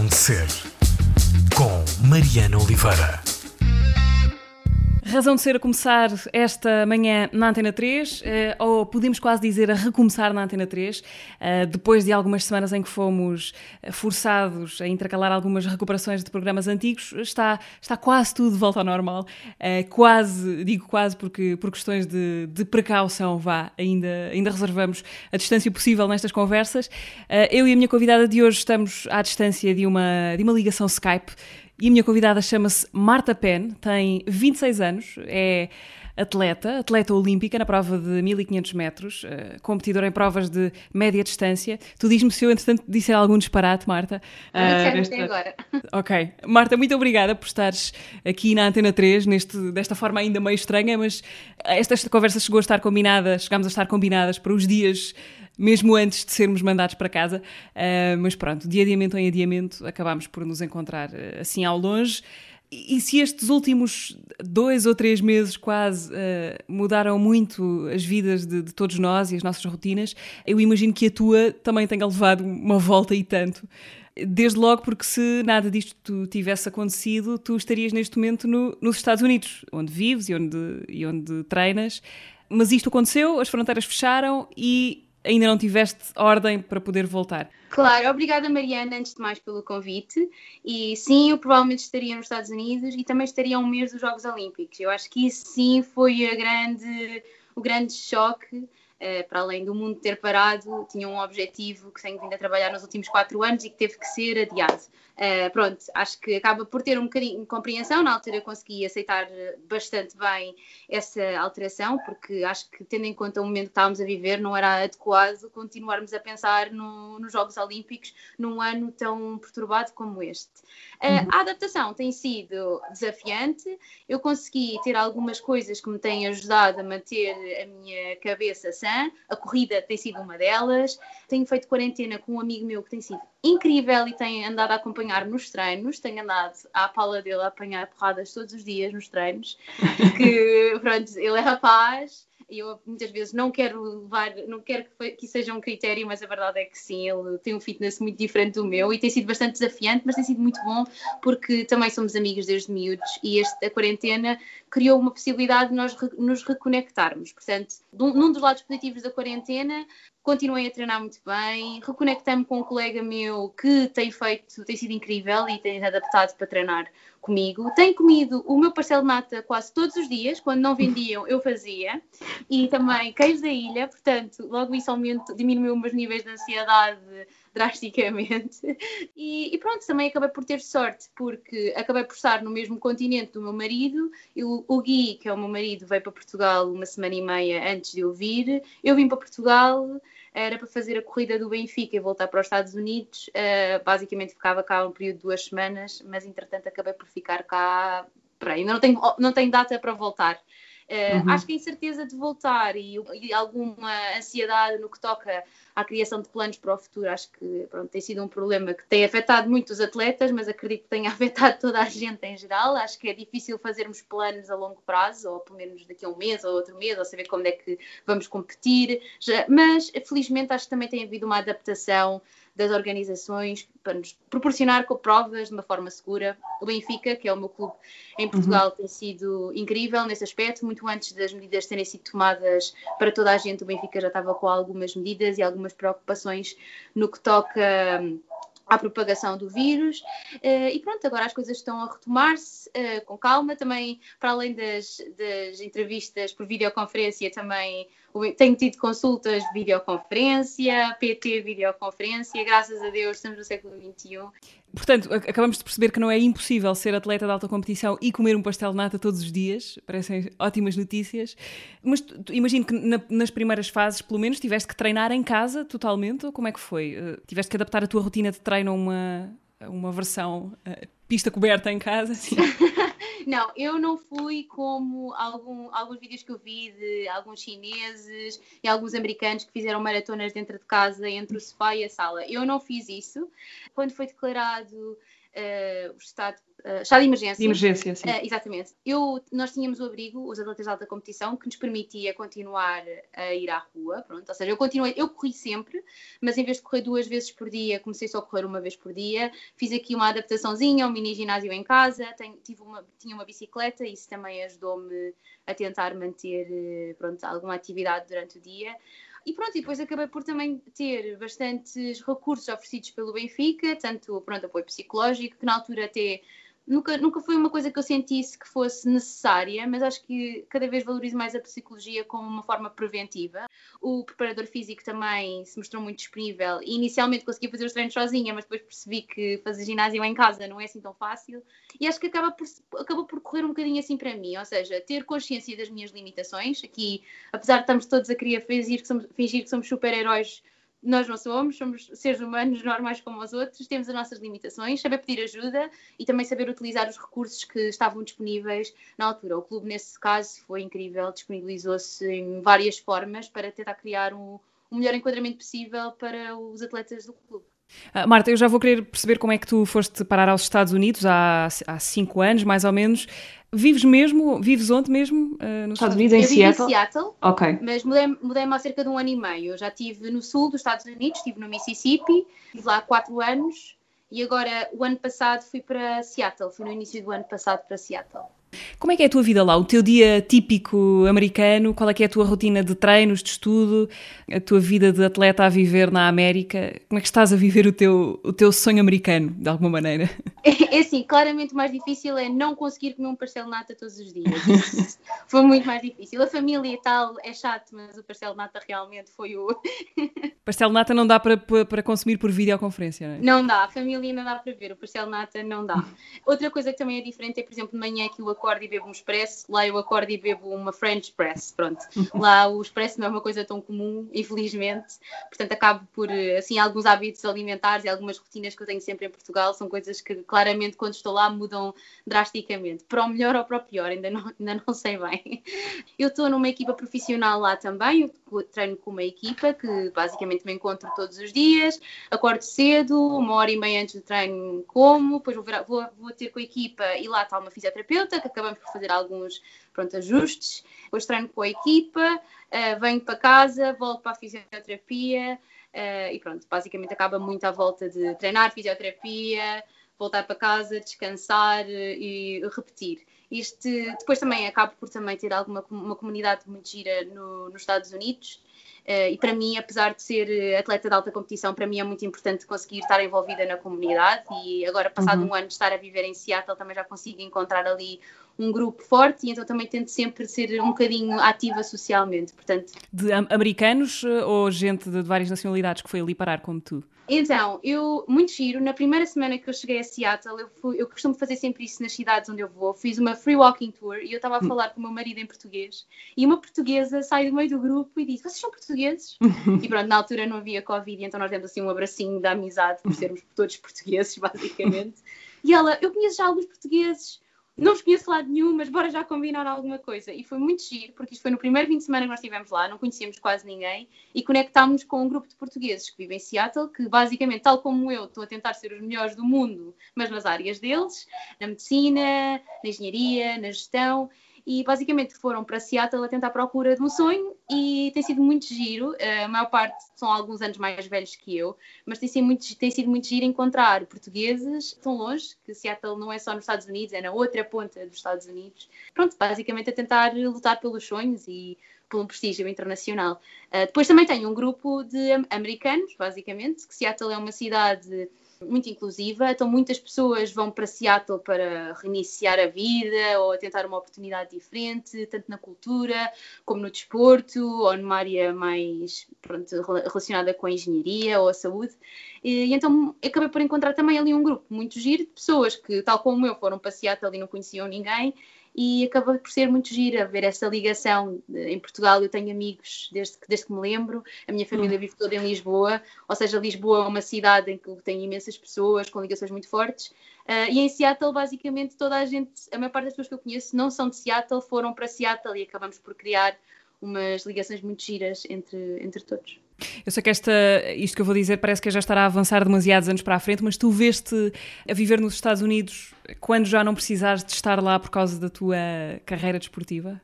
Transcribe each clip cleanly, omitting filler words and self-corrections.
Razão de Ser, com Mariana Oliveira. Razão de Ser a começar esta manhã na Antena 3, ou podemos quase dizer a recomeçar na Antena 3, depois de algumas semanas em que fomos forçados a intercalar algumas recuperações de programas antigos, está quase tudo de volta ao normal. Digo quase porque por questões de precaução, ainda reservamos a distância possível nestas conversas. Eu e a minha convidada de hoje estamos à distância de uma ligação Skype. E a minha convidada chama-se Marta Penn, tem 26 anos, é atleta olímpica na prova de 1500 metros, competidora em provas de média distância. Tu diz-me se eu, entretanto, disser algum disparate, Marta. Até agora. Ok. Marta, muito obrigada por estares aqui na Antena 3, desta forma ainda meio estranha, mas esta conversa chegámos a estar combinadas para os dias mesmo antes de sermos mandados para casa, mas pronto, de adiamento em adiamento, acabámos por nos encontrar assim ao longe. E se estes últimos 2 ou 3 meses quase mudaram muito as vidas de todos nós e as nossas rotinas, eu imagino que a tua também tenha levado uma volta e tanto. Desde logo porque se nada disto tivesse acontecido, tu estarias neste momento nos Estados Unidos, onde vives e onde treinas. Mas isto aconteceu, as fronteiras fecharam e ainda não tiveste ordem para poder voltar. Claro, obrigada Mariana, antes de mais pelo convite. E sim, eu provavelmente estaria nos Estados Unidos e também estaria a um mês dos Jogos Olímpicos. Eu acho que isso sim foi o grande choque. Para além do mundo ter parado, tinha um objetivo que tenho vindo a trabalhar nos últimos 4 anos e que teve que ser adiado. Pronto, acho que acaba por ter um bocadinho de compreensão. Na altura consegui aceitar bastante bem essa alteração, porque acho que, tendo em conta o momento que estávamos a viver, não era adequado continuarmos a pensar nos Jogos Olímpicos num ano tão perturbado como este. A adaptação tem sido desafiante. Eu consegui ter algumas coisas que me têm ajudado a manter a minha cabeça sã. A corrida tem sido uma delas. Tenho feito quarentena com um amigo meu que tem sido incrível e tem andado a acompanhar nos treinos. Tenho andado à pala dele a apanhar porradas todos os dias nos treinos. Que, pronto, ele é rapaz. Eu muitas vezes não quero que isso seja um critério, mas a verdade é que sim, ele tem um fitness muito diferente do meu e tem sido bastante desafiante, mas tem sido muito bom porque também somos amigos desde miúdos e a quarentena criou uma possibilidade de nós nos reconectarmos. Portanto, num dos lados positivos da quarentena, continuei a treinar muito bem, reconectei-me com um colega meu que tem sido incrível e tem adaptado para treinar comigo. Tenho comido o meu pastel de nata quase todos os dias, quando não vendiam eu fazia, e também queijo da ilha, portanto, logo isso diminuiu os meus níveis de ansiedade drasticamente. E pronto, também acabei por ter sorte, porque acabei por estar no mesmo continente do meu marido. O Gui, que é o meu marido, veio para Portugal 1 semana e meia antes de eu vir. Eu vim para Portugal, era para fazer a corrida do Benfica e voltar para os Estados Unidos. Basicamente ficava cá um período de 2 semanas, mas entretanto acabei por ficar cá. Ainda não tenho data para voltar. Acho que a incerteza de voltar e alguma ansiedade no que toca à criação de planos para o futuro, acho que tem sido um problema que tem afetado muito os atletas, mas acredito que tenha afetado toda a gente em geral. Acho que é difícil fazermos planos a longo prazo, ou pelo menos daqui a um mês ou outro mês, ou saber como é que vamos competir. Mas felizmente acho que também tem havido uma adaptação das organizações para nos proporcionar provas de uma forma segura. O Benfica, que é o meu clube em Portugal, tem sido incrível nesse aspecto. Muito antes das medidas terem sido tomadas para toda a gente, o Benfica já estava com algumas medidas e algumas preocupações no que toca à propagação do vírus. E pronto, agora as coisas estão a retomar-se com calma. Também, para além das entrevistas por videoconferência, também tenho tido consultas de videoconferência, PT videoconferência. Graças a Deus estamos no século XXI. Portanto, acabamos de perceber que não é impossível ser atleta de alta competição e comer um pastel de nata todos os dias. Parecem ótimas notícias. Mas imagino que nas primeiras fases, pelo menos, tiveste que treinar em casa totalmente? Ou como é que foi? Tiveste que adaptar a tua rotina de treino a uma versão pista coberta em casa? Assim? Não, eu não fui como alguns vídeos que eu vi de alguns chineses e alguns americanos que fizeram maratonas dentro de casa, entre o sofá e a sala. Eu não fiz isso. Quando foi declarado o estado de emergência. De emergência, sim. Exatamente. Nós tínhamos o abrigo, os atletas de alta competição, que nos permitia continuar a ir à rua, pronto. Ou seja, eu corri sempre, mas em vez de correr 2 vezes por dia, comecei só a correr 1 vez por dia. Fiz aqui uma adaptaçãozinha, um mini ginásio em casa, tinha uma bicicleta, e isso também ajudou-me a tentar manter, pronto, alguma atividade durante o dia. E pronto, e depois acabei por também ter bastantes recursos oferecidos pelo Benfica, tanto, pronto, apoio psicológico, que na altura até nunca foi uma coisa que eu sentisse que fosse necessária, mas acho que cada vez valorizo mais a psicologia como uma forma preventiva. O preparador físico também se mostrou muito disponível e inicialmente consegui fazer os treinos sozinha, mas depois percebi que fazer ginásio em casa não é assim tão fácil, e acho que acabou por correr um bocadinho assim para mim, ou seja, ter consciência das minhas limitações. Aqui, apesar de estarmos todos a querer fingir que somos super-heróis, nós não somos seres humanos normais como os outros, temos as nossas limitações, saber pedir ajuda e também saber utilizar os recursos que estavam disponíveis na altura. O clube, nesse caso, foi incrível, disponibilizou-se em várias formas para tentar criar o melhor enquadramento possível para os atletas do clube. Marta, eu já vou querer perceber como é que tu foste parar aos Estados Unidos há 5 anos, mais ou menos. Vives onde mesmo? Nos Estados Unidos, em Seattle? Eu vivo em Seattle, ok. Mas mudei-me há cerca de 1 ano e meio. Eu já estive no sul dos Estados Unidos, estive no Mississippi, estive lá há 4 anos, e agora, o ano passado, fui para Seattle. Fui no início do ano passado para Seattle. Como é que é a tua vida lá? O teu dia típico americano? Qual é que é a tua rotina de treinos, de estudo? A tua vida de atleta a viver na América? Como é que estás a viver o teu sonho americano, de alguma maneira? É assim, claramente o mais difícil é não conseguir comer um pastel de nata todos os dias. Foi muito mais difícil. A família e tal é chato, mas o pastel de nata realmente foi o... Pastel de nata não dá para consumir por videoconferência, não é? Não dá, a família ainda dá para ver, o pastel de nata não dá. Outra coisa que também é diferente é, por exemplo, de manhã que eu acordo e bebo um expresso, lá eu acordo e bebo uma French press, pronto. Lá o expresso não é uma coisa tão comum, infelizmente, portanto acabo por, assim, alguns hábitos alimentares e algumas rotinas que eu tenho sempre em Portugal são coisas que claramente quando estou lá mudam drasticamente, para o melhor ou para o pior, ainda não sei bem. Eu estou numa equipa profissional lá também, eu treino com uma equipa que basicamente me encontro todos os dias, acordo cedo, 1h30 antes do treino como, depois vou ter com a equipa e lá está uma fisioterapeuta que acabamos por fazer alguns ajustes, depois treino com a equipa, venho para casa, volto para a fisioterapia e pronto, basicamente acaba muito à volta de treinar, fisioterapia, voltar para casa, descansar e repetir. Depois também acabo por também ter uma comunidade muito gira nos Estados Unidos. E para mim, apesar de ser atleta de alta competição, para mim é muito importante conseguir estar envolvida na comunidade, e agora, passado 1 ano de estar a viver em Seattle, também já consigo encontrar ali um grupo forte, e então também tento sempre ser um bocadinho ativa socialmente, portanto... De americanos ou gente de várias nacionalidades que foi ali parar como tu? Então, muito giro, na primeira semana que eu cheguei a Seattle, eu costumo fazer sempre isso nas cidades onde eu vou, fiz uma free walking tour e eu estava a falar com o meu marido em português e uma portuguesa sai do meio do grupo e diz: vocês são portugueses? E pronto, na altura não havia Covid, então nós demos assim um abracinho de amizade por sermos todos portugueses, basicamente. E ela: eu conheço já alguns portugueses, não os conheço de lado nenhum, mas bora já combinar alguma coisa. E foi muito giro, porque isto foi no primeiro fim de semana que nós estivemos lá, não conhecíamos quase ninguém, e conectámos com um grupo de portugueses que vivem em Seattle, que basicamente, tal como eu, estão a tentar ser os melhores do mundo, mas nas áreas deles, na medicina, na engenharia, na gestão, e basicamente foram para Seattle a tentar a procura de um sonho, e tem sido muito giro. A maior parte são alguns anos mais velhos que eu, mas tem sido muito giro encontrar portugueses tão longe, que Seattle não é só nos Estados Unidos, é na outra ponta dos Estados Unidos. Pronto, basicamente a tentar lutar pelos sonhos e por um prestígio internacional. Depois também tenho um grupo de americanos, basicamente, que Seattle é uma cidade muito inclusiva, então muitas pessoas vão para Seattle para reiniciar a vida ou tentar uma oportunidade diferente, tanto na cultura como no desporto ou numa área mais relacionada com a engenharia ou a saúde. E então acabei por encontrar também ali um grupo muito giro de pessoas que, tal como eu, foram para Seattle e não conheciam ninguém, e acaba por ser muito gira ver essa ligação. Em Portugal eu tenho amigos desde que me lembro, a minha família vive toda em Lisboa, ou seja, Lisboa é uma cidade em que tem imensas pessoas com ligações muito fortes, e em Seattle basicamente toda a gente, a maior parte das pessoas que eu conheço não são de Seattle, foram para Seattle, e acabamos por criar umas ligações muito giras entre todos. Eu sei que isto que eu vou dizer parece que já estará a avançar demasiados anos para a frente, mas tu veste a viver nos Estados Unidos quando já não precisares de estar lá por causa da tua carreira desportiva?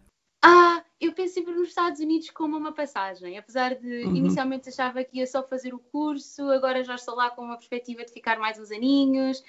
Eu penso sempre nos Estados Unidos como uma passagem, apesar de inicialmente achava que ia só fazer o curso, agora já estou lá com uma perspectiva de ficar mais uns aninhos.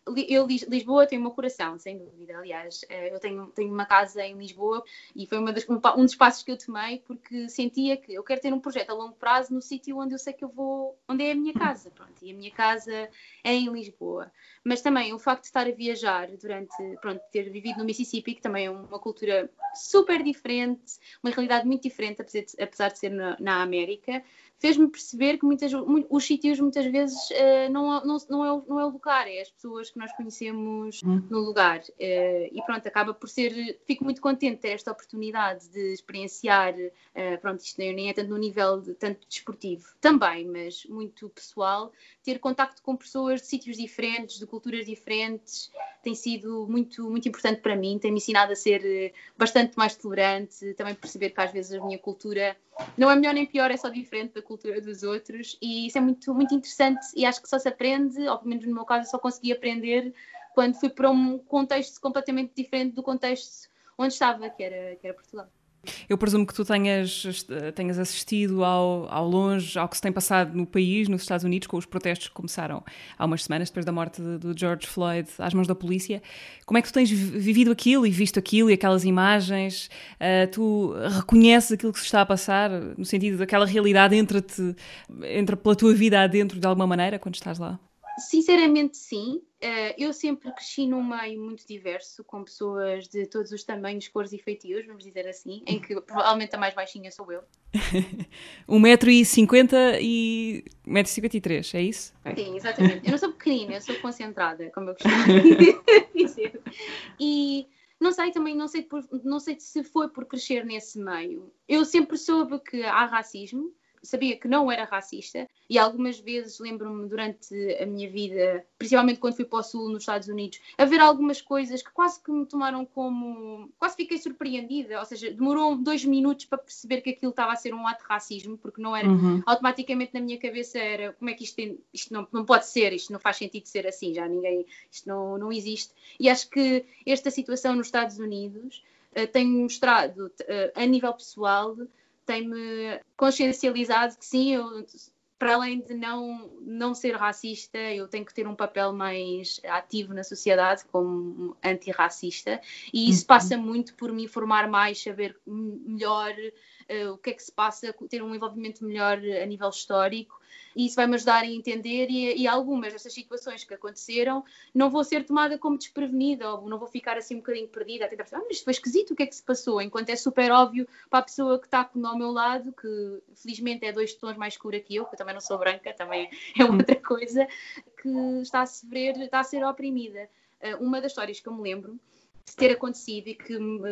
Lisboa tem o meu coração, sem dúvida. Aliás, eu tenho uma casa em Lisboa e foi um dos passos que eu tomei, porque sentia que eu quero ter um projeto a longo prazo no sítio onde eu sei que eu vou, onde é a minha casa. Pronto, e a minha casa é em Lisboa. Mas também o facto de estar a viajar ter vivido no Mississippi, que também é uma cultura super diferente, uma realidade muito diferente, apesar de ser na América, fez-me perceber que os sítios muitas vezes não é o lugar, é as pessoas que nós conhecemos no lugar. E pronto, acaba por ser... Fico muito contente de ter esta oportunidade de experienciar, isto nem é tanto no nível tanto desportivo também, mas muito pessoal, ter contacto com pessoas de sítios diferentes, de culturas diferentes, tem sido muito, muito importante para mim, tem-me ensinado a ser bastante mais tolerante, também perceber que às vezes a minha cultura não é melhor nem pior, é só diferente da cultura dos outros, e isso é muito, muito interessante, e acho que só se aprende, ou pelo menos no meu caso eu só consegui aprender quando fui para um contexto completamente diferente do contexto onde estava, que era Portugal. Eu presumo que tu tenhas assistido ao longe ao que se tem passado no país, nos Estados Unidos, com os protestos que começaram há umas semanas, depois da morte do George Floyd às mãos da polícia. Como é que tu tens vivido aquilo e visto aquilo e aquelas imagens? Tu reconheces aquilo que se está a passar, no sentido daquela realidade entra pela tua vida adentro de alguma maneira, quando estás lá? Sinceramente, sim. Eu sempre cresci num meio muito diverso, com pessoas de todos os tamanhos, cores e feitios, vamos dizer assim, em que provavelmente a mais baixinha sou eu. 1,50m e 1,53m, é isso? Sim, exatamente. Eu não sou pequenina, eu sou concentrada, como eu costumo dizer. E não sei se foi por crescer nesse meio. Eu sempre soube que há racismo, sabia que não era racista, e algumas vezes lembro-me durante a minha vida, principalmente quando fui para o Sul, nos Estados Unidos, a ver algumas coisas que quase que me tomaram como... Quase fiquei surpreendida, ou seja, demorou 2 minutos para perceber que aquilo estava a ser um ato de racismo, porque não era... Automaticamente na minha cabeça era, como é que isto não pode ser, isto não faz sentido ser assim, isto não existe. E acho que esta situação nos Estados Unidos tem mostrado, a nível pessoal, tem-me consciencializado que sim, eu, para além de não ser racista, eu tenho que ter um papel mais ativo na sociedade como antirracista, e isso passa muito por me informar mais, saber melhor o que é que se passa, ter um envolvimento melhor a nível histórico, e isso vai-me ajudar a entender, e algumas dessas situações que aconteceram não vou ser tomada como desprevenida, ou não vou ficar assim um bocadinho perdida a tentar pensar, mas isto foi esquisito, o que é que se passou? Enquanto é super óbvio para a pessoa que está ao meu lado, que felizmente é 2 tons mais escura que eu também não sou branca, também é outra coisa, que está a ser oprimida. Uma das histórias que eu me lembro de ter acontecido e que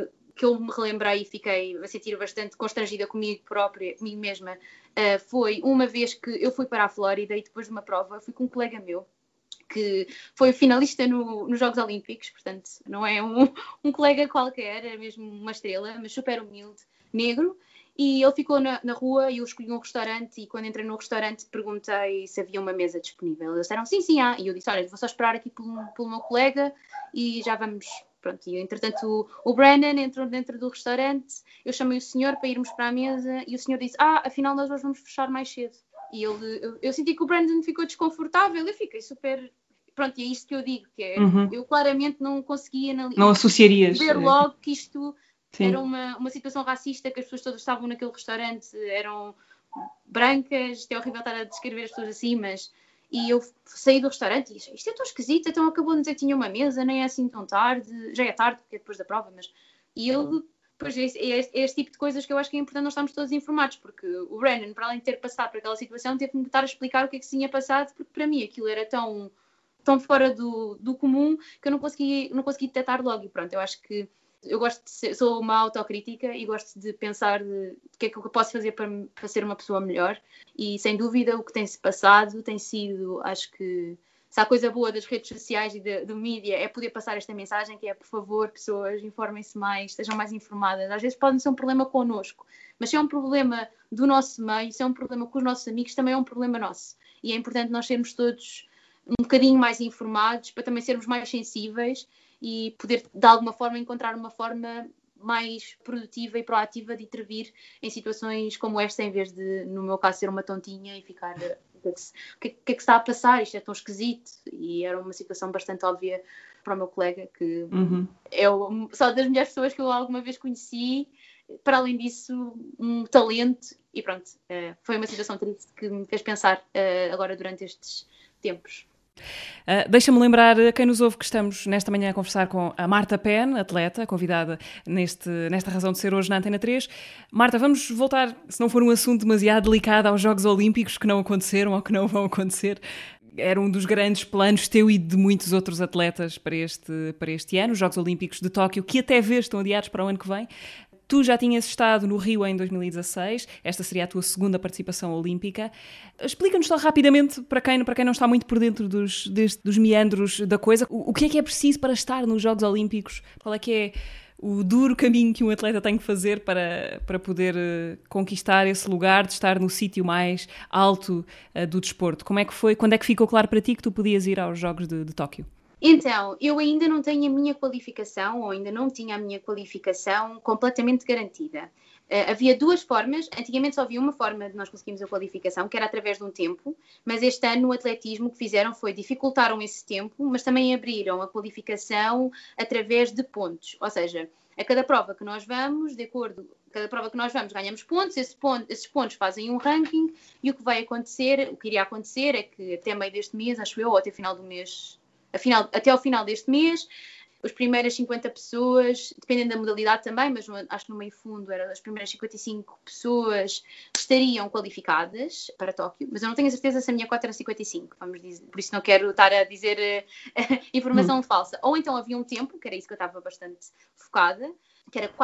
eu me relembrei e fiquei a sentir bastante constrangida comigo própria, comigo mesma, foi uma vez que eu fui para a Flórida e depois de uma prova fui com um colega meu que foi finalista nos Jogos Olímpicos, portanto não é um colega qualquer, é mesmo uma estrela, mas super humilde, negro, e ele ficou na rua e eu escolhi um restaurante, e quando entrei no restaurante perguntei se havia uma mesa disponível. Eles disseram sim há, e eu disse, olha, vou só esperar aqui pelo meu colega e já vamos. Pronto, e entretanto o Brandon entrou dentro do restaurante, eu chamei o senhor para irmos para a mesa e o senhor disse, afinal nós hoje vamos fechar mais cedo. E eu senti que o Brandon ficou desconfortável, eu fiquei super... Pronto, e é isto que eu digo, que é, eu claramente não conseguia não associarias ver logo que isto era uma situação racista, que as pessoas todas estavam naquele restaurante, eram brancas, isto é horrível estar a descrever as pessoas assim, mas... E eu saí do restaurante e disse, isto é tão esquisito, então acabou de dizer que tinha uma mesa, nem é assim tão tarde, já é tarde, porque é depois da prova, mas... E ele, pois é este tipo de coisas que eu acho que é importante nós estarmos todos informados, porque o Brandon, para além de ter passado por aquela situação, teve que me estar a explicar o que é que se tinha passado, porque para mim aquilo era tão fora do comum que eu não consegui detectar logo. E pronto, eu acho que eu sou uma autocrítica e gosto de pensar o que é que eu posso fazer para ser uma pessoa melhor, e sem dúvida o que tem-se passado tem sido, acho que se há coisa boa das redes sociais e do mídia é poder passar esta mensagem, que é, por favor, pessoas, informem-se mais, estejam mais informadas. Às vezes pode não ser um problema connosco, mas se é um problema do nosso meio, se é um problema com os nossos amigos, também é um problema nosso. E é importante nós sermos todos um bocadinho mais informados, para também sermos mais sensíveis e poder, de alguma forma, encontrar uma forma mais produtiva e proativa de intervir em situações como esta, em vez de, no meu caso, ser uma tontinha e ficar... O que é que está a passar? Isto é tão esquisito. E era uma situação bastante óbvia para o meu colega, que é só das melhores pessoas que eu alguma vez conheci. Para além disso, um talento. E pronto, foi uma situação triste que me fez pensar agora durante estes tempos. Deixa-me lembrar a quem nos ouve que estamos nesta manhã a conversar com a Marta Penn, atleta, convidada nesta razão de ser hoje na Antena 3. Marta, vamos voltar, se não for um assunto demasiado delicado, aos Jogos Olímpicos que não aconteceram ou que não vão acontecer. Era um dos grandes planos teu e de muitos outros atletas para este ano, os Jogos Olímpicos de Tóquio, que até vês estão adiados para o ano que vem. Tu já tinhas estado no Rio em 2016, esta seria a tua segunda participação olímpica. Explica-nos só rapidamente, para quem não está muito por dentro dos meandros da coisa, o que é preciso para estar nos Jogos Olímpicos? Qual é que é o duro caminho que um atleta tem que fazer para poder conquistar esse lugar de estar no sítio mais alto do desporto? Como é que foi? Quando é que ficou claro para ti que tu podias ir aos Jogos de Tóquio? Então, eu ainda não tenho a minha qualificação, ou ainda não tinha a minha qualificação completamente garantida. Havia duas formas, antigamente só havia uma forma de nós conseguirmos a qualificação, que era através de um tempo, mas este ano no atletismo o que fizeram foi dificultaram esse tempo, mas também abriram a qualificação através de pontos, ou seja, a cada prova que nós vamos, cada prova que nós vamos ganhamos pontos, esses pontos fazem um ranking, e o que iria acontecer é que até meio deste mês, acho eu, ou até final do mês, até ao final deste mês, as primeiras 50 pessoas, dependendo da modalidade também, mas acho que no meio fundo eram as primeiras 55 pessoas estariam qualificadas para Tóquio, mas eu não tenho a certeza se a minha cota era 55, vamos dizer, por isso não quero estar a dizer informação falsa. Ou então havia um tempo, que era isso que eu estava bastante focada, que era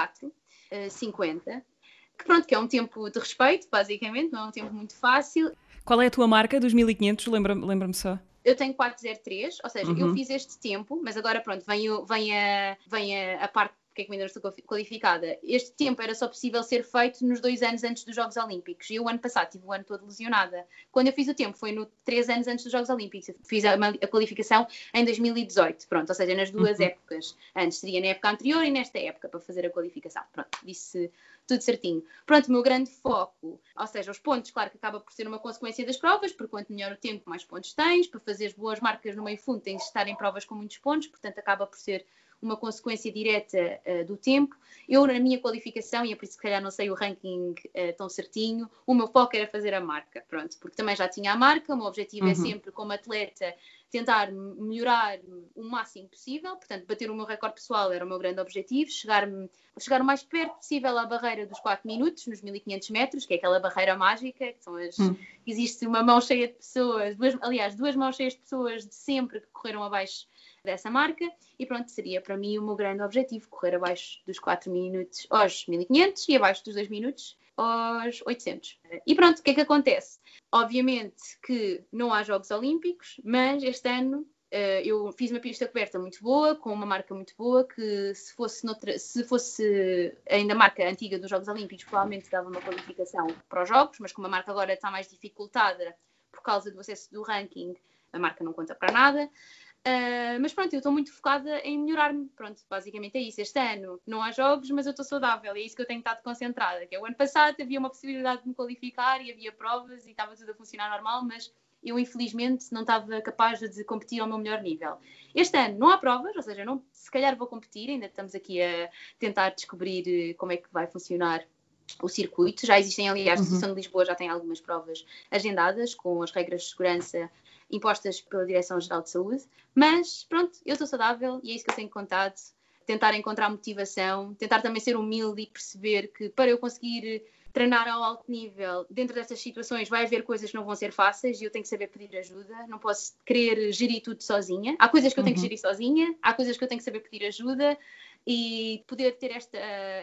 4:04:50, que pronto, que é um tempo de respeito, basicamente, não é um tempo muito fácil. Qual é a tua marca dos 1500? Lembra-me só. Eu tenho 4:03, ou seja, eu fiz este tempo, mas agora pronto, vem a parte porque é que ainda não estou qualificada. Este tempo era só possível ser feito nos 2 anos antes dos Jogos Olímpicos. E eu, ano passado, tive o ano todo lesionada. Quando eu fiz o tempo, foi 3 anos antes dos Jogos Olímpicos. Eu fiz a qualificação em 2018, pronto, ou seja, nas duas épocas. Antes seria na época anterior e nesta época, para fazer a qualificação. Pronto, disse tudo certinho. Pronto, o meu grande foco, ou seja, os pontos, claro que acaba por ser uma consequência das provas, porque quanto melhor o tempo, mais pontos tens. Para fazeres boas marcas no meio fundo, tens de estar em provas com muitos pontos, portanto acaba por ser uma consequência direta do tempo. Eu, na minha qualificação, e é por isso que se calhar não sei o ranking tão certinho, o meu foco era fazer a marca, pronto, porque também já tinha a marca, o meu objetivo é sempre, como atleta, tentar melhorar o máximo possível, portanto, bater o meu recorde pessoal era o meu grande objetivo, chegar o mais perto possível à barreira dos 4 minutos, nos 1500 metros, que é aquela barreira mágica, que são existe uma mão cheia de pessoas, duas mãos cheias de pessoas de sempre que correram abaixo dessa marca, e pronto, seria para mim o meu grande objetivo, correr abaixo dos 4 minutos aos 1500 e abaixo dos 2 minutos aos 800. E pronto, o que é que acontece? Obviamente que não há Jogos Olímpicos, mas este ano eu fiz uma pista coberta muito boa, com uma marca muito boa, que se fosse ainda a marca antiga dos Jogos Olímpicos, provavelmente dava uma qualificação para os Jogos, mas como a marca agora está mais dificultada por causa do acesso do ranking, a marca não conta para nada. Mas pronto, eu estou muito focada em melhorar-me. Pronto, basicamente é isso. Este ano não há jogos, mas eu estou saudável e é isso que eu tenho estado concentrada. Que é, o ano passado havia uma possibilidade de me qualificar e havia provas e estava tudo a funcionar normal, mas eu infelizmente não estava capaz de competir ao meu melhor nível. Este ano não há provas, ou seja, se calhar vou competir, ainda estamos aqui a tentar descobrir como é que vai funcionar o circuito. Já existem, aliás, a Associação de Lisboa já tem algumas provas agendadas com as regras de segurança impostas pela Direção-Geral de Saúde, mas pronto, eu estou saudável e é isso que eu tenho contado, tentar encontrar motivação, tentar também ser humilde e perceber que para eu conseguir treinar ao alto nível, dentro dessas situações vai haver coisas que não vão ser fáceis e eu tenho que saber pedir ajuda, não posso querer gerir tudo sozinha, há coisas que eu tenho que gerir sozinha, há coisas que eu tenho que saber pedir ajuda e poder ter esta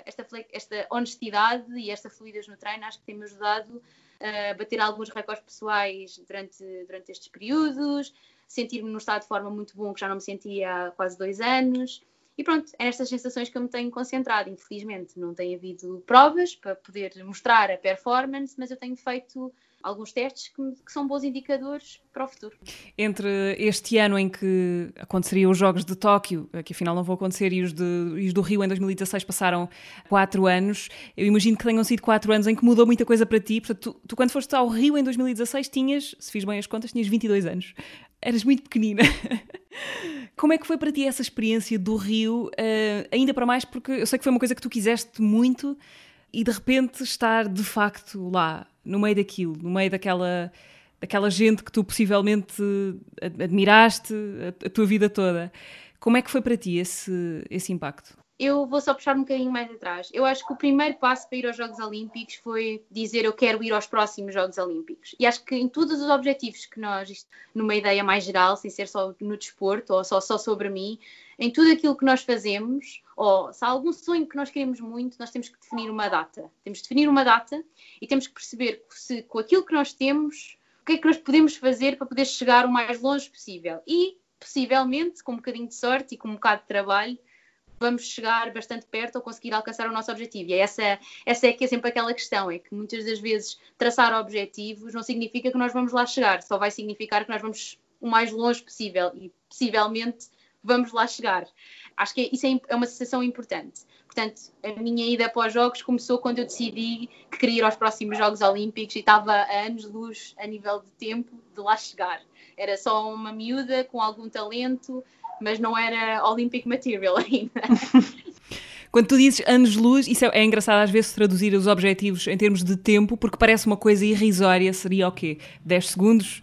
honestidade e esta fluidez no treino, acho que tem-me ajudado a bater alguns recordes pessoais durante estes períodos, sentir-me num estado de forma muito bom, que já não me sentia há quase 2 anos. E pronto, é nestas sensações que eu me tenho concentrado. Infelizmente não tem havido provas para poder mostrar a performance, mas eu tenho feito alguns testes que são bons indicadores para o futuro. Entre este ano em que aconteceriam os Jogos de Tóquio, que afinal não vão acontecer, e os do Rio em 2016 passaram 4 anos, eu imagino que tenham sido 4 anos em que mudou muita coisa para ti. Portanto, tu quando foste ao Rio em 2016 tinhas, se fiz bem as contas, tinhas 22 anos. Eras muito pequenina. Como é que foi para ti essa experiência do Rio? Ainda para mais porque eu sei que foi uma coisa que tu quiseste muito e de repente estar de facto lá, no meio daquilo, no meio daquela gente que tu possivelmente admiraste a tua vida toda. Como é que foi para ti esse impacto? Eu vou só puxar um bocadinho mais atrás. Eu acho que o primeiro passo para ir aos Jogos Olímpicos foi dizer eu quero ir aos próximos Jogos Olímpicos. E acho que em todos os objetivos que nós, isto numa ideia mais geral, sem ser só no desporto ou só sobre mim, em tudo aquilo que nós fazemos, ou se há algum sonho que nós queremos muito, nós temos que definir uma data. Temos de definir uma data e temos que perceber se com aquilo que nós temos, o que é que nós podemos fazer para poder chegar o mais longe possível. E, possivelmente, com um bocadinho de sorte e com um bocado de trabalho, vamos chegar bastante perto ou conseguir alcançar o nosso objetivo. E essa é que é sempre aquela questão, é que muitas das vezes traçar objetivos não significa que nós vamos lá chegar, só vai significar que nós vamos o mais longe possível e possivelmente vamos lá chegar. Acho que isso é uma sensação importante. Portanto, a minha ida para os Jogos começou quando eu decidi que queria ir aos próximos Jogos Olímpicos e estava a anos-luz a nível de tempo de lá chegar. Era só uma miúda com algum talento, mas não era Olympic material ainda. Quando tu dizes anos-luz, isso é engraçado às vezes traduzir os objetivos em termos de tempo, porque parece uma coisa irrisória. Seria o quê? 10 segundos?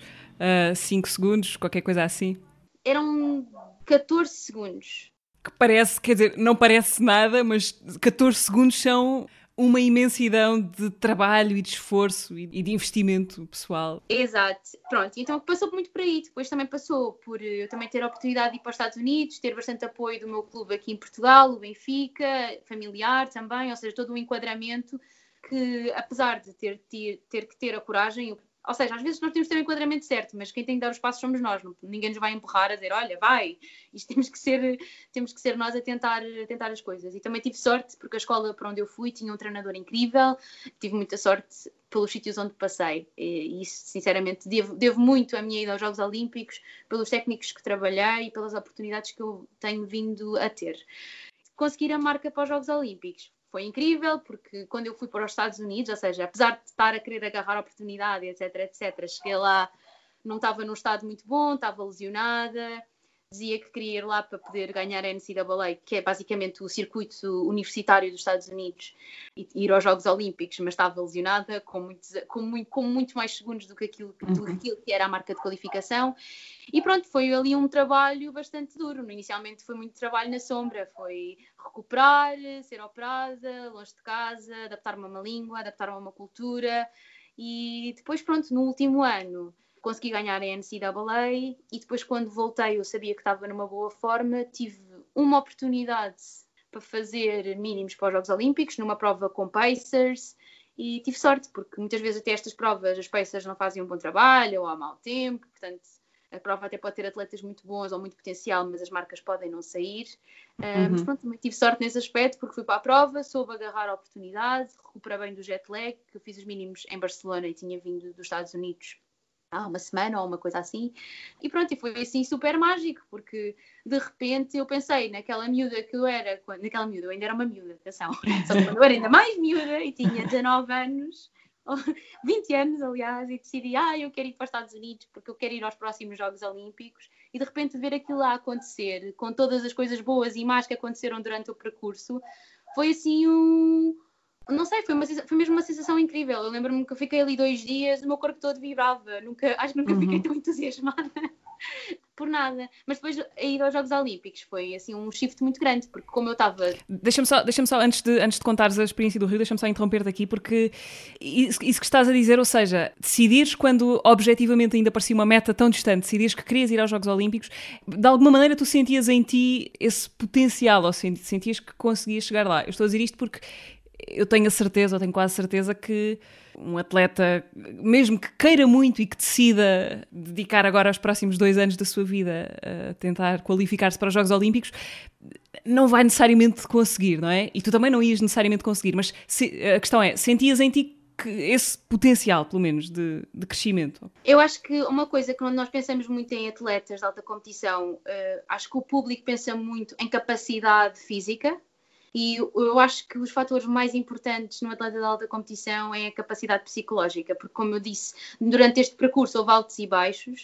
5 segundos? Qualquer coisa assim? Eram 14 segundos. Que parece, quer dizer, não parece nada, mas 14 segundos são uma imensidão de trabalho e de esforço e de investimento pessoal. Exato. Pronto, então passou muito por aí. Depois também passou por eu também ter a oportunidade de ir para os Estados Unidos, ter bastante apoio do meu clube aqui em Portugal, o Benfica, familiar também, ou seja, todo um enquadramento que, apesar de ter que ter a coragem, ou seja, às vezes nós temos que ter o enquadramento certo, mas quem tem que dar os passos somos nós. Ninguém nos vai empurrar a dizer, olha, vai. Isto temos que ser nós a tentar as coisas. E também tive sorte, porque a escola para onde eu fui tinha um treinador incrível. Tive muita sorte pelos sítios onde passei. E isso, sinceramente, devo muito a minha ida aos Jogos Olímpicos, pelos técnicos que trabalhei e pelas oportunidades que eu tenho vindo a ter. Conseguir a marca para os Jogos Olímpicos foi incrível, porque quando eu fui para os Estados Unidos, ou seja, apesar de estar a querer agarrar a oportunidade, etc., cheguei lá, não estava num estado muito bom, estava lesionada, dizia que queria ir lá para poder ganhar a NCAA, que é basicamente o circuito universitário dos Estados Unidos, e ir aos Jogos Olímpicos, mas estava lesionada, com muito mais segundos do que aquilo que era a marca de qualificação. E pronto, foi ali um trabalho bastante duro. Inicialmente foi muito trabalho na sombra, foi recuperar, ser operada, longe de casa, adaptar-me a uma língua, adaptar-me a uma cultura. E depois, pronto, no último ano consegui ganhar a NCAA e depois quando voltei eu sabia que estava numa boa forma, tive uma oportunidade para fazer mínimos para os Jogos Olímpicos, numa prova com Pacers, e tive sorte, porque muitas vezes até estas provas as Pacers não fazem um bom trabalho ou há mau tempo, portanto a prova até pode ter atletas muito bons ou muito potencial, mas as marcas podem não sair. Mas pronto, também tive sorte nesse aspecto, porque fui para a prova, soube agarrar a oportunidade, recuperei bem do jet lag, que eu fiz os mínimos em Barcelona e tinha vindo dos Estados Unidos há uma semana ou uma coisa assim, e pronto, e foi assim super mágico, porque de repente eu pensei naquela miúda que eu era, naquela miúda, eu ainda era uma miúda, atenção, só que quando eu era ainda mais miúda e tinha 19 anos, 20 anos aliás, e decidi, eu quero ir para os Estados Unidos porque eu quero ir aos próximos Jogos Olímpicos, e de repente ver aquilo lá acontecer, com todas as coisas boas e más que aconteceram durante o percurso, foi assim não sei, foi mesmo uma sensação incrível. Eu lembro-me que eu fiquei ali 2 dias, o meu corpo todo vibrava. Acho que nunca fiquei tão entusiasmada por nada. Mas depois a ida aos Jogos Olímpicos foi assim um shift muito grande, porque como eu estava... Deixa-me só antes de contares a experiência do Rio, deixa-me só interromper-te aqui, porque isso que estás a dizer, ou seja, decidires quando objetivamente ainda parecia uma meta tão distante, decidires que querias ir aos Jogos Olímpicos, de alguma maneira tu sentias em ti esse potencial, ou sentias que conseguias chegar lá. Eu estou a dizer isto porque eu tenho a certeza, ou tenho quase certeza que um atleta, mesmo que queira muito e que decida dedicar agora os próximos 2 anos da sua vida a tentar qualificar-se para os Jogos Olímpicos, não vai necessariamente conseguir, não é? E tu também não ias necessariamente conseguir, mas a questão é, sentias em ti esse potencial, pelo menos, de crescimento? Eu acho que uma coisa que quando nós pensamos muito em atletas de alta competição, acho que o público pensa muito em capacidade física. E eu acho que os fatores mais importantes no atleta de alta competição é a capacidade psicológica, porque, como eu disse, durante este percurso houve altos e baixos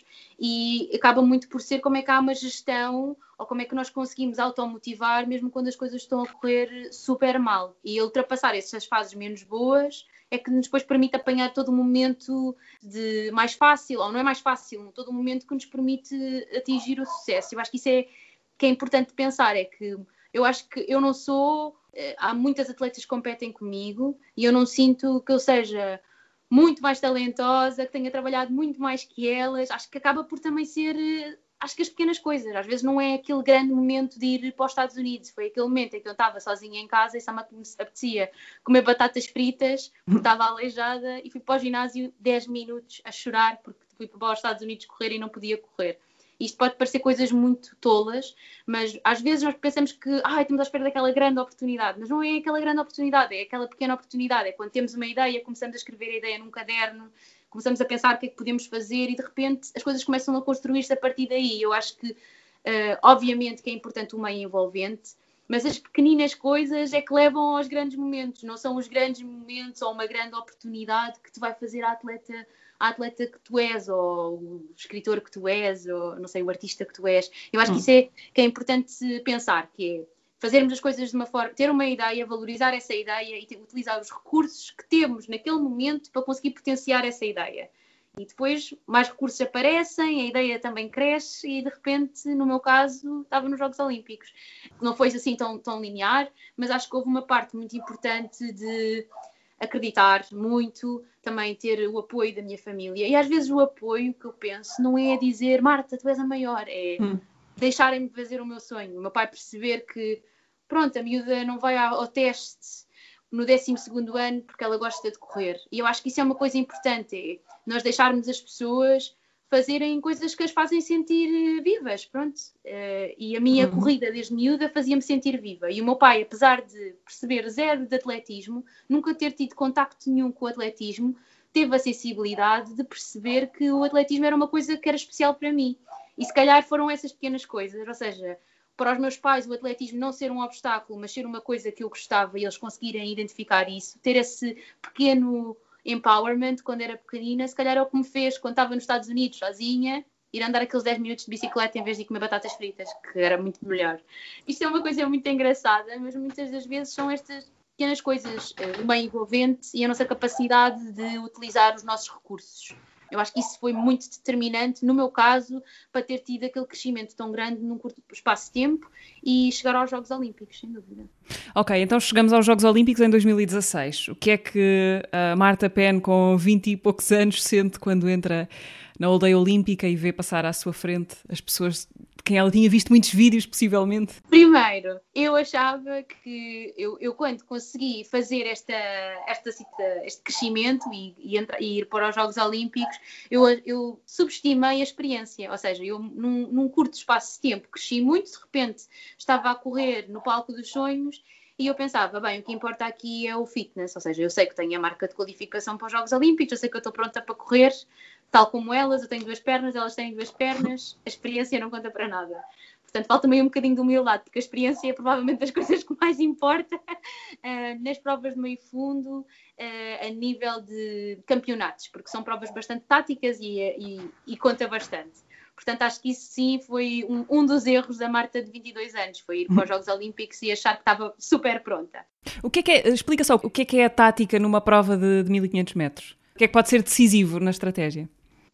e acaba muito por ser como é que há uma gestão ou como é que nós conseguimos automotivar mesmo quando as coisas estão a correr super mal. E ultrapassar essas fases menos boas é que nos depois permite apanhar todo o momento de mais fácil, ou não é mais fácil, todo o momento que nos permite atingir o sucesso. Eu acho que isso é que é importante pensar, é que eu acho que eu não sou... Há muitas atletas que competem comigo e eu não sinto que eu seja muito mais talentosa, que tenha trabalhado muito mais que elas. Acho que acaba por também ser... Acho que as pequenas coisas. Às vezes não é aquele grande momento de ir para os Estados Unidos. Foi aquele momento em que eu estava sozinha em casa e só me apetecia comer batatas fritas, porque estava aleijada, e fui para o ginásio 10 minutos a chorar porque fui para os Estados Unidos correr e não podia correr. Isto pode parecer coisas muito tolas, mas às vezes nós pensamos que estamos à espera daquela grande oportunidade, mas não é aquela grande oportunidade, é aquela pequena oportunidade. É quando temos uma ideia, começamos a escrever a ideia num caderno, começamos a pensar o que é que podemos fazer e de repente as coisas começam a construir-se a partir daí. Eu acho que, obviamente, que é importante o meio envolvente, mas as pequeninas coisas é que levam aos grandes momentos. Não são os grandes momentos ou uma grande oportunidade que te vai fazer a atleta que tu és, ou o escritor que tu és, ou não sei, o artista que tu és. Eu acho que isso é que é importante pensar, que é fazermos as coisas de uma forma, ter uma ideia, valorizar essa ideia e utilizar os recursos que temos naquele momento para conseguir potenciar essa ideia. E depois mais recursos aparecem, a ideia também cresce e de repente, no meu caso, estava nos Jogos Olímpicos. Não foi assim tão linear, mas acho que houve uma parte muito importante de acreditar muito, também ter o apoio da minha família. E às vezes o apoio que eu penso não é dizer Marta, tu és a maior, é deixarem-me fazer o meu sonho. O meu pai perceber que, pronto, a miúda não vai ao teste no 12º ano porque ela gosta de correr. E eu acho que isso é uma coisa importante, é nós deixarmos as pessoas fazerem coisas que as fazem sentir vivas, pronto. E a minha corrida desde miúda fazia-me sentir viva. E o meu pai, apesar de perceber zero de atletismo, nunca ter tido contacto nenhum com o atletismo, teve a sensibilidade de perceber que o atletismo era uma coisa que era especial para mim. E se calhar foram essas pequenas coisas, ou seja, para os meus pais o atletismo não ser um obstáculo, mas ser uma coisa que eu gostava e eles conseguirem identificar isso, ter esse pequeno empowerment quando era pequenina, se calhar é o que me fez quando estava nos Estados Unidos sozinha, ir andar aqueles 10 minutos de bicicleta em vez de comer batatas fritas, que era muito melhor. Isto é uma coisa muito engraçada, mas muitas das vezes são estas pequenas coisas, o meio envolvente e a nossa capacidade de utilizar os nossos recursos. Eu acho que isso foi muito determinante, no meu caso, para ter tido aquele crescimento tão grande num curto espaço de tempo e chegar aos Jogos Olímpicos, sem dúvida. Ok, então chegamos aos Jogos Olímpicos em 2016. O que é que a Marta Penn, com 20 e poucos anos, sente quando entra na aldeia olímpica e vê passar à sua frente as pessoas de quem ela tinha visto muitos vídeos, possivelmente? Primeiro, eu achava que eu quando consegui fazer este crescimento e ir para os Jogos Olímpicos, eu subestimei a experiência. Ou seja, eu num curto espaço de tempo cresci muito, de repente estava a correr no palco dos sonhos e eu pensava, bem, o que importa aqui é o fitness. Ou seja, eu sei que tenho a marca de qualificação para os Jogos Olímpicos, eu sei que eu estou pronta para correr, tal como elas, eu tenho 2 pernas, elas têm 2 pernas, a experiência não conta para nada. Portanto, falta-me aí um bocadinho de humildade, porque a experiência é provavelmente das coisas que mais importa nas provas de meio fundo, a nível de campeonatos, porque são provas bastante táticas e conta bastante. Portanto, acho que isso sim foi um dos erros da Marta de 22 anos, foi ir para os Jogos Olímpicos e achar que estava super pronta. Explica só, o que é a tática numa prova de 1500 metros? O que é que pode ser decisivo na estratégia?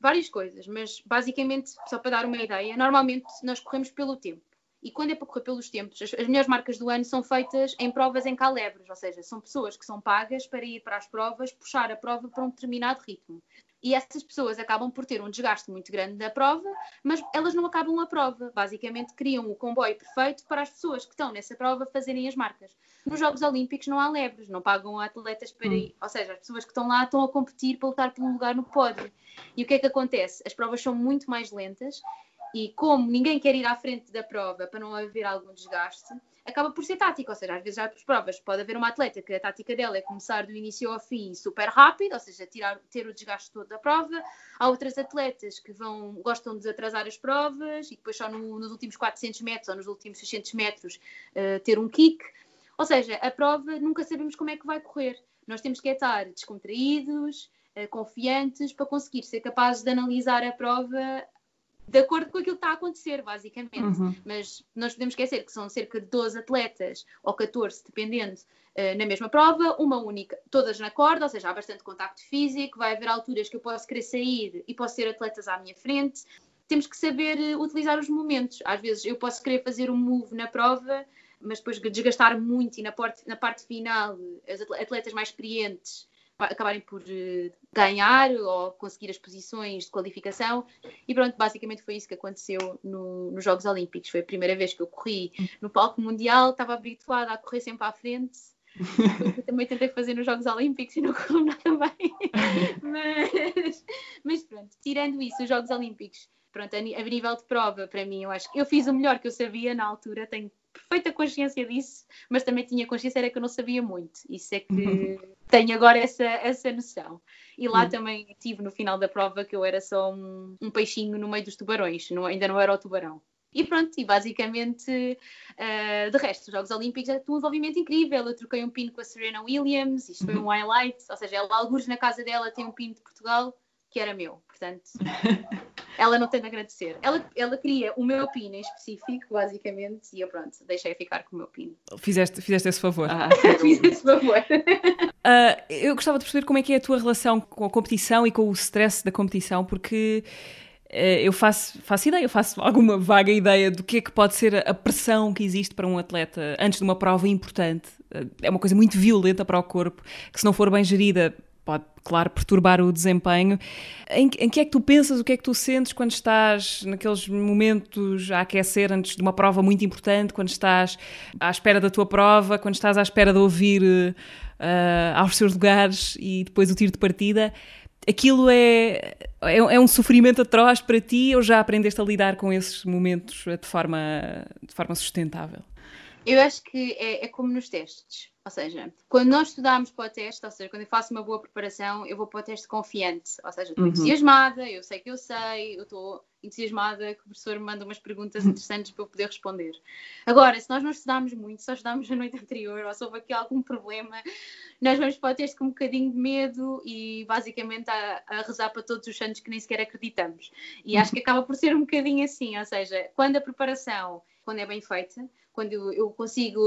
Várias coisas, mas basicamente, só para dar uma ideia, normalmente nós corremos pelo tempo. E quando é para correr pelos tempos, as melhores marcas do ano são feitas em provas em calebres, ou seja, são pessoas que são pagas para ir para as provas, puxar a prova para um determinado ritmo. E essas pessoas acabam por ter um desgaste muito grande da prova, mas elas não acabam a prova. Basicamente, criam o comboio perfeito para as pessoas que estão nessa prova fazerem as marcas. Nos Jogos Olímpicos não há lebres, não pagam atletas para ir. Ou seja, as pessoas que estão lá estão a competir para lutar por um lugar no pódio. E o que é que acontece? As provas são muito mais lentas e como ninguém quer ir à frente da prova para não haver algum desgaste, acaba por ser tática, ou seja, às vezes já as provas pode haver uma atleta que a tática dela é começar do início ao fim super rápido, ou seja, ter o desgaste todo da prova. Há outras atletas que gostam de atrasar as provas e depois só nos últimos 400 metros ou nos últimos 600 metros ter um kick. Ou seja, a prova nunca sabemos como é que vai correr. Nós temos que estar descontraídos, confiantes, para conseguir ser capazes de analisar a prova de acordo com aquilo que está a acontecer, basicamente. Mas nós podemos esquecer que são cerca de 12 atletas, ou 14, dependendo, na mesma prova, uma única, todas na corda, ou seja, há bastante contacto físico, vai haver alturas que eu posso querer sair e posso ter atletas à minha frente. Temos que saber utilizar os momentos. Às vezes eu posso querer fazer um move na prova, mas depois desgastar muito e na parte final, as atletas mais experientes acabarem por ganhar ou conseguir as posições de qualificação. E pronto, basicamente foi isso que aconteceu nos Jogos Olímpicos. Foi a primeira vez que eu corri no palco mundial, estava habituada a correr sempre à frente. Foi o que eu também tentei fazer nos Jogos Olímpicos e não correu nada bem. Mas pronto, tirando isso, os Jogos Olímpicos, pronto, a nível de prova, para mim, eu acho que eu fiz o melhor que eu sabia na altura, tenho perfeita consciência disso, mas também tinha consciência era que eu não sabia muito. Isso é que tenho agora essa noção. E lá também tive no final da prova que eu era só um peixinho no meio dos tubarões, ainda não era o tubarão. E pronto, e basicamente, de resto, os Jogos Olímpicos é um envolvimento incrível. Eu troquei um pino com a Serena Williams, isto foi um highlight, ou seja, ela, algures na casa dela tem um pino de Portugal que era meu, portanto, ela não tem de agradecer. Ela queria o meu pino em específico, basicamente, e eu pronto, deixei ficar com o meu pino. Fizeste esse favor. Fiz esse favor. Eu gostava de perceber como é que é a tua relação com a competição e com o stress da competição, porque eu faço ideia, eu faço alguma vaga ideia do que é que pode ser a pressão que existe para um atleta antes de uma prova importante. É uma coisa muito violenta para o corpo, que se não for bem gerida pode, claro, perturbar o desempenho. Em que é que tu pensas, o que é que tu sentes quando estás naqueles momentos a aquecer antes de uma prova muito importante, quando estás à espera da tua prova, quando estás à espera de ouvir aos seus lugares e depois o tiro de partida? Aquilo é um sofrimento atroz para ti ou já aprendeste a lidar com esses momentos de forma sustentável? Eu acho que é como nos testes. Ou seja, quando nós estudamos para o teste, ou seja, quando eu faço uma boa preparação, eu vou para o teste confiante. Ou seja, estou entusiasmada, eu sei, eu estou entusiasmada que o professor me manda umas perguntas interessantes para eu poder responder. Agora, se nós não estudarmos muito, só estudarmos a noite anterior, ou se houve aqui algum problema, nós vamos para o teste com um bocadinho de medo e basicamente a rezar para todos os santos que nem sequer acreditamos. E acho que acaba por ser um bocadinho assim, ou seja, quando a preparação, quando é bem feita, quando eu consigo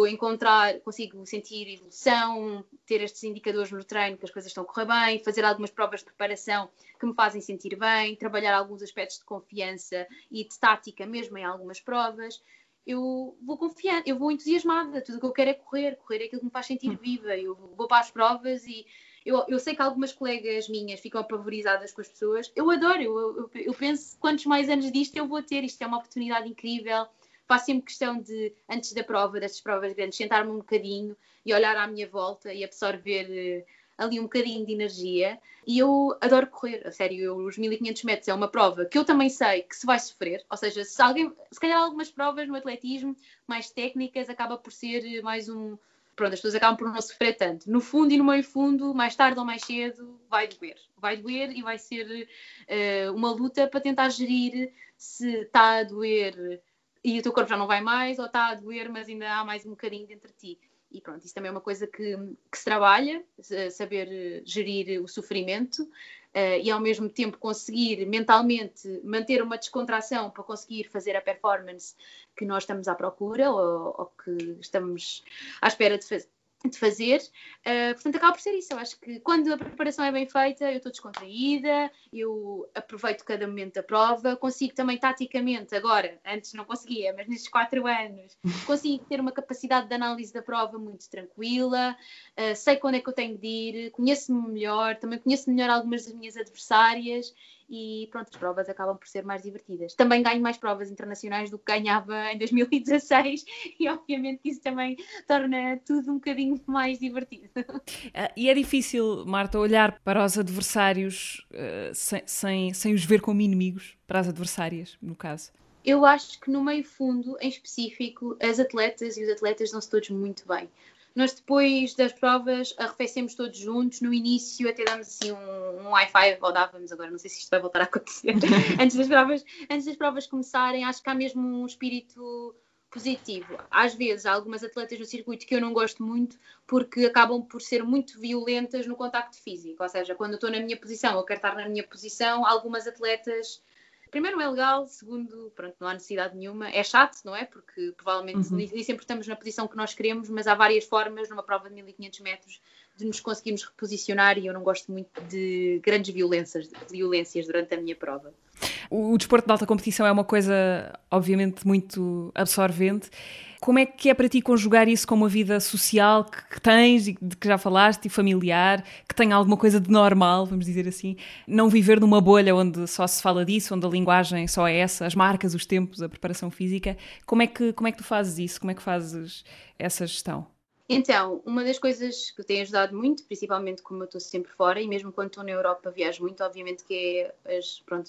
sentir evolução, ter estes indicadores no treino que as coisas estão a correr bem, fazer algumas provas de preparação que me fazem sentir bem, trabalhar alguns aspectos de confiança e de tática mesmo em algumas provas, eu vou confiante, eu vou entusiasmada, tudo o que eu quero é correr é aquilo que me faz sentir viva, eu vou para as provas e eu sei que algumas colegas minhas ficam apavorizadas com as pessoas, eu adoro, eu penso quantos mais anos disto eu vou ter, isto é uma oportunidade incrível. Faço sempre questão de, antes da prova, destas provas grandes, sentar-me um bocadinho e olhar à minha volta e absorver ali um bocadinho de energia. E eu adoro correr, a sério, os 1500 metros é uma prova que eu também sei que se vai sofrer. Ou seja, se calhar algumas provas no atletismo mais técnicas acaba por ser mais um... Pronto, as pessoas acabam por não sofrer tanto. No fundo e no meio fundo, mais tarde ou mais cedo, vai doer. Vai doer e vai ser uma luta para tentar gerir se está a doer... e o teu corpo já não vai mais, ou está a doer, mas ainda há mais um bocadinho dentro de ti. E pronto, isso também é uma coisa que se trabalha, saber gerir o sofrimento e ao mesmo tempo conseguir mentalmente manter uma descontração para conseguir fazer a performance que nós estamos à procura ou que estamos à espera de fazer. de fazer, portanto acaba por ser isso. Eu acho que quando a preparação é bem feita, eu estou descontraída, eu aproveito cada momento da prova, consigo também taticamente, agora, antes não conseguia, mas nestes 4 anos, consigo ter uma capacidade de análise da prova muito tranquila, sei quando é que eu tenho de ir, conheço-me melhor, também conheço melhor algumas das minhas adversárias, e pronto, as provas acabam por ser mais divertidas. Também ganho mais provas internacionais do que ganhava em 2016 e obviamente que isso também torna tudo um bocadinho mais divertido. E é difícil, Marta, olhar para os adversários sem os ver como inimigos, para as adversárias, no caso? Eu acho que no meio fundo, em específico, as atletas e os atletas dão-se todos muito bem. Nós depois das provas arrefecemos todos juntos, no início até damos assim um high five, ou dávamos, agora não sei se isto vai voltar a acontecer, antes das provas começarem, acho que há mesmo um espírito positivo. Às vezes há algumas atletas no circuito que eu não gosto muito porque acabam por ser muito violentas no contacto físico, ou seja, quando eu estou na minha posição, eu quero estar na minha posição, algumas atletas... Primeiro, não é legal. Segundo, pronto, não há necessidade nenhuma. É chato, não é? Porque provavelmente nem sempre estamos na posição que nós queremos, mas há várias formas numa prova de 1500 metros de nos conseguirmos reposicionar e eu não gosto muito de grandes violências durante a minha prova. O desporto de alta competição é uma coisa, obviamente, muito absorvente. Como é que é para ti conjugar isso com uma vida social que tens e de que já falaste, e familiar, que tem alguma coisa de normal, vamos dizer assim? Não viver numa bolha onde só se fala disso, onde a linguagem só é essa, as marcas, os tempos, a preparação física. Como é que tu fazes isso? Como é que fazes essa gestão? Então, uma das coisas que tem ajudado muito, principalmente como eu estou sempre fora, e mesmo quando estou na Europa viajo muito, obviamente que é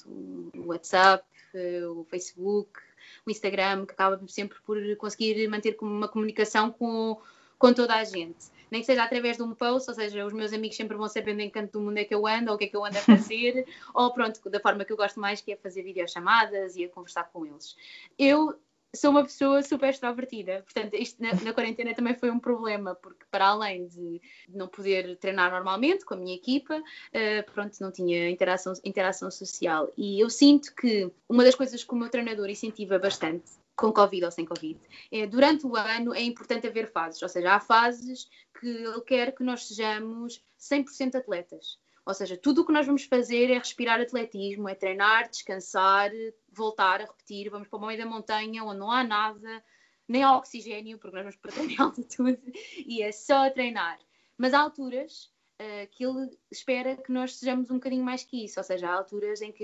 o WhatsApp, o Facebook, o Instagram, que acaba sempre por conseguir manter uma comunicação com toda a gente. Nem que seja através de um post, ou seja, os meus amigos sempre vão sabendo em que canto do mundo é que eu ando, ou o que é que eu ando a fazer, ou pronto, da forma que eu gosto mais, que é fazer videochamadas e a conversar com eles. Eu sou uma pessoa super extrovertida, portanto isto na quarentena também foi um problema, porque para além de não poder treinar normalmente com a minha equipa, pronto, não tinha interação social. E eu sinto que uma das coisas que o meu treinador incentiva bastante, com Covid ou sem Covid, durante o ano é importante haver fases, ou seja, há fases que ele quer que nós sejamos 100% atletas. Ou seja, tudo o que nós vamos fazer é respirar atletismo, é treinar, descansar, voltar a repetir, vamos para o meio da montanha onde não há nada, nem há oxigênio, porque nós vamos para treinar altitude, e é só treinar. Mas há alturas que ele espera que nós sejamos um bocadinho mais que isso, ou seja, há alturas em que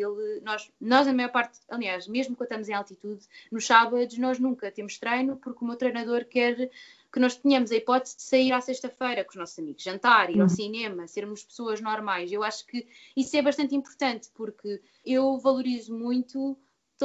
nós a maior parte, aliás, mesmo quando estamos em altitude, nos sábados nós nunca temos treino, porque o meu treinador quer que nós tenhamos a hipótese de sair à sexta-feira com os nossos amigos, jantar, ir ao cinema, sermos pessoas normais. Eu acho que isso é bastante importante, porque eu valorizo muito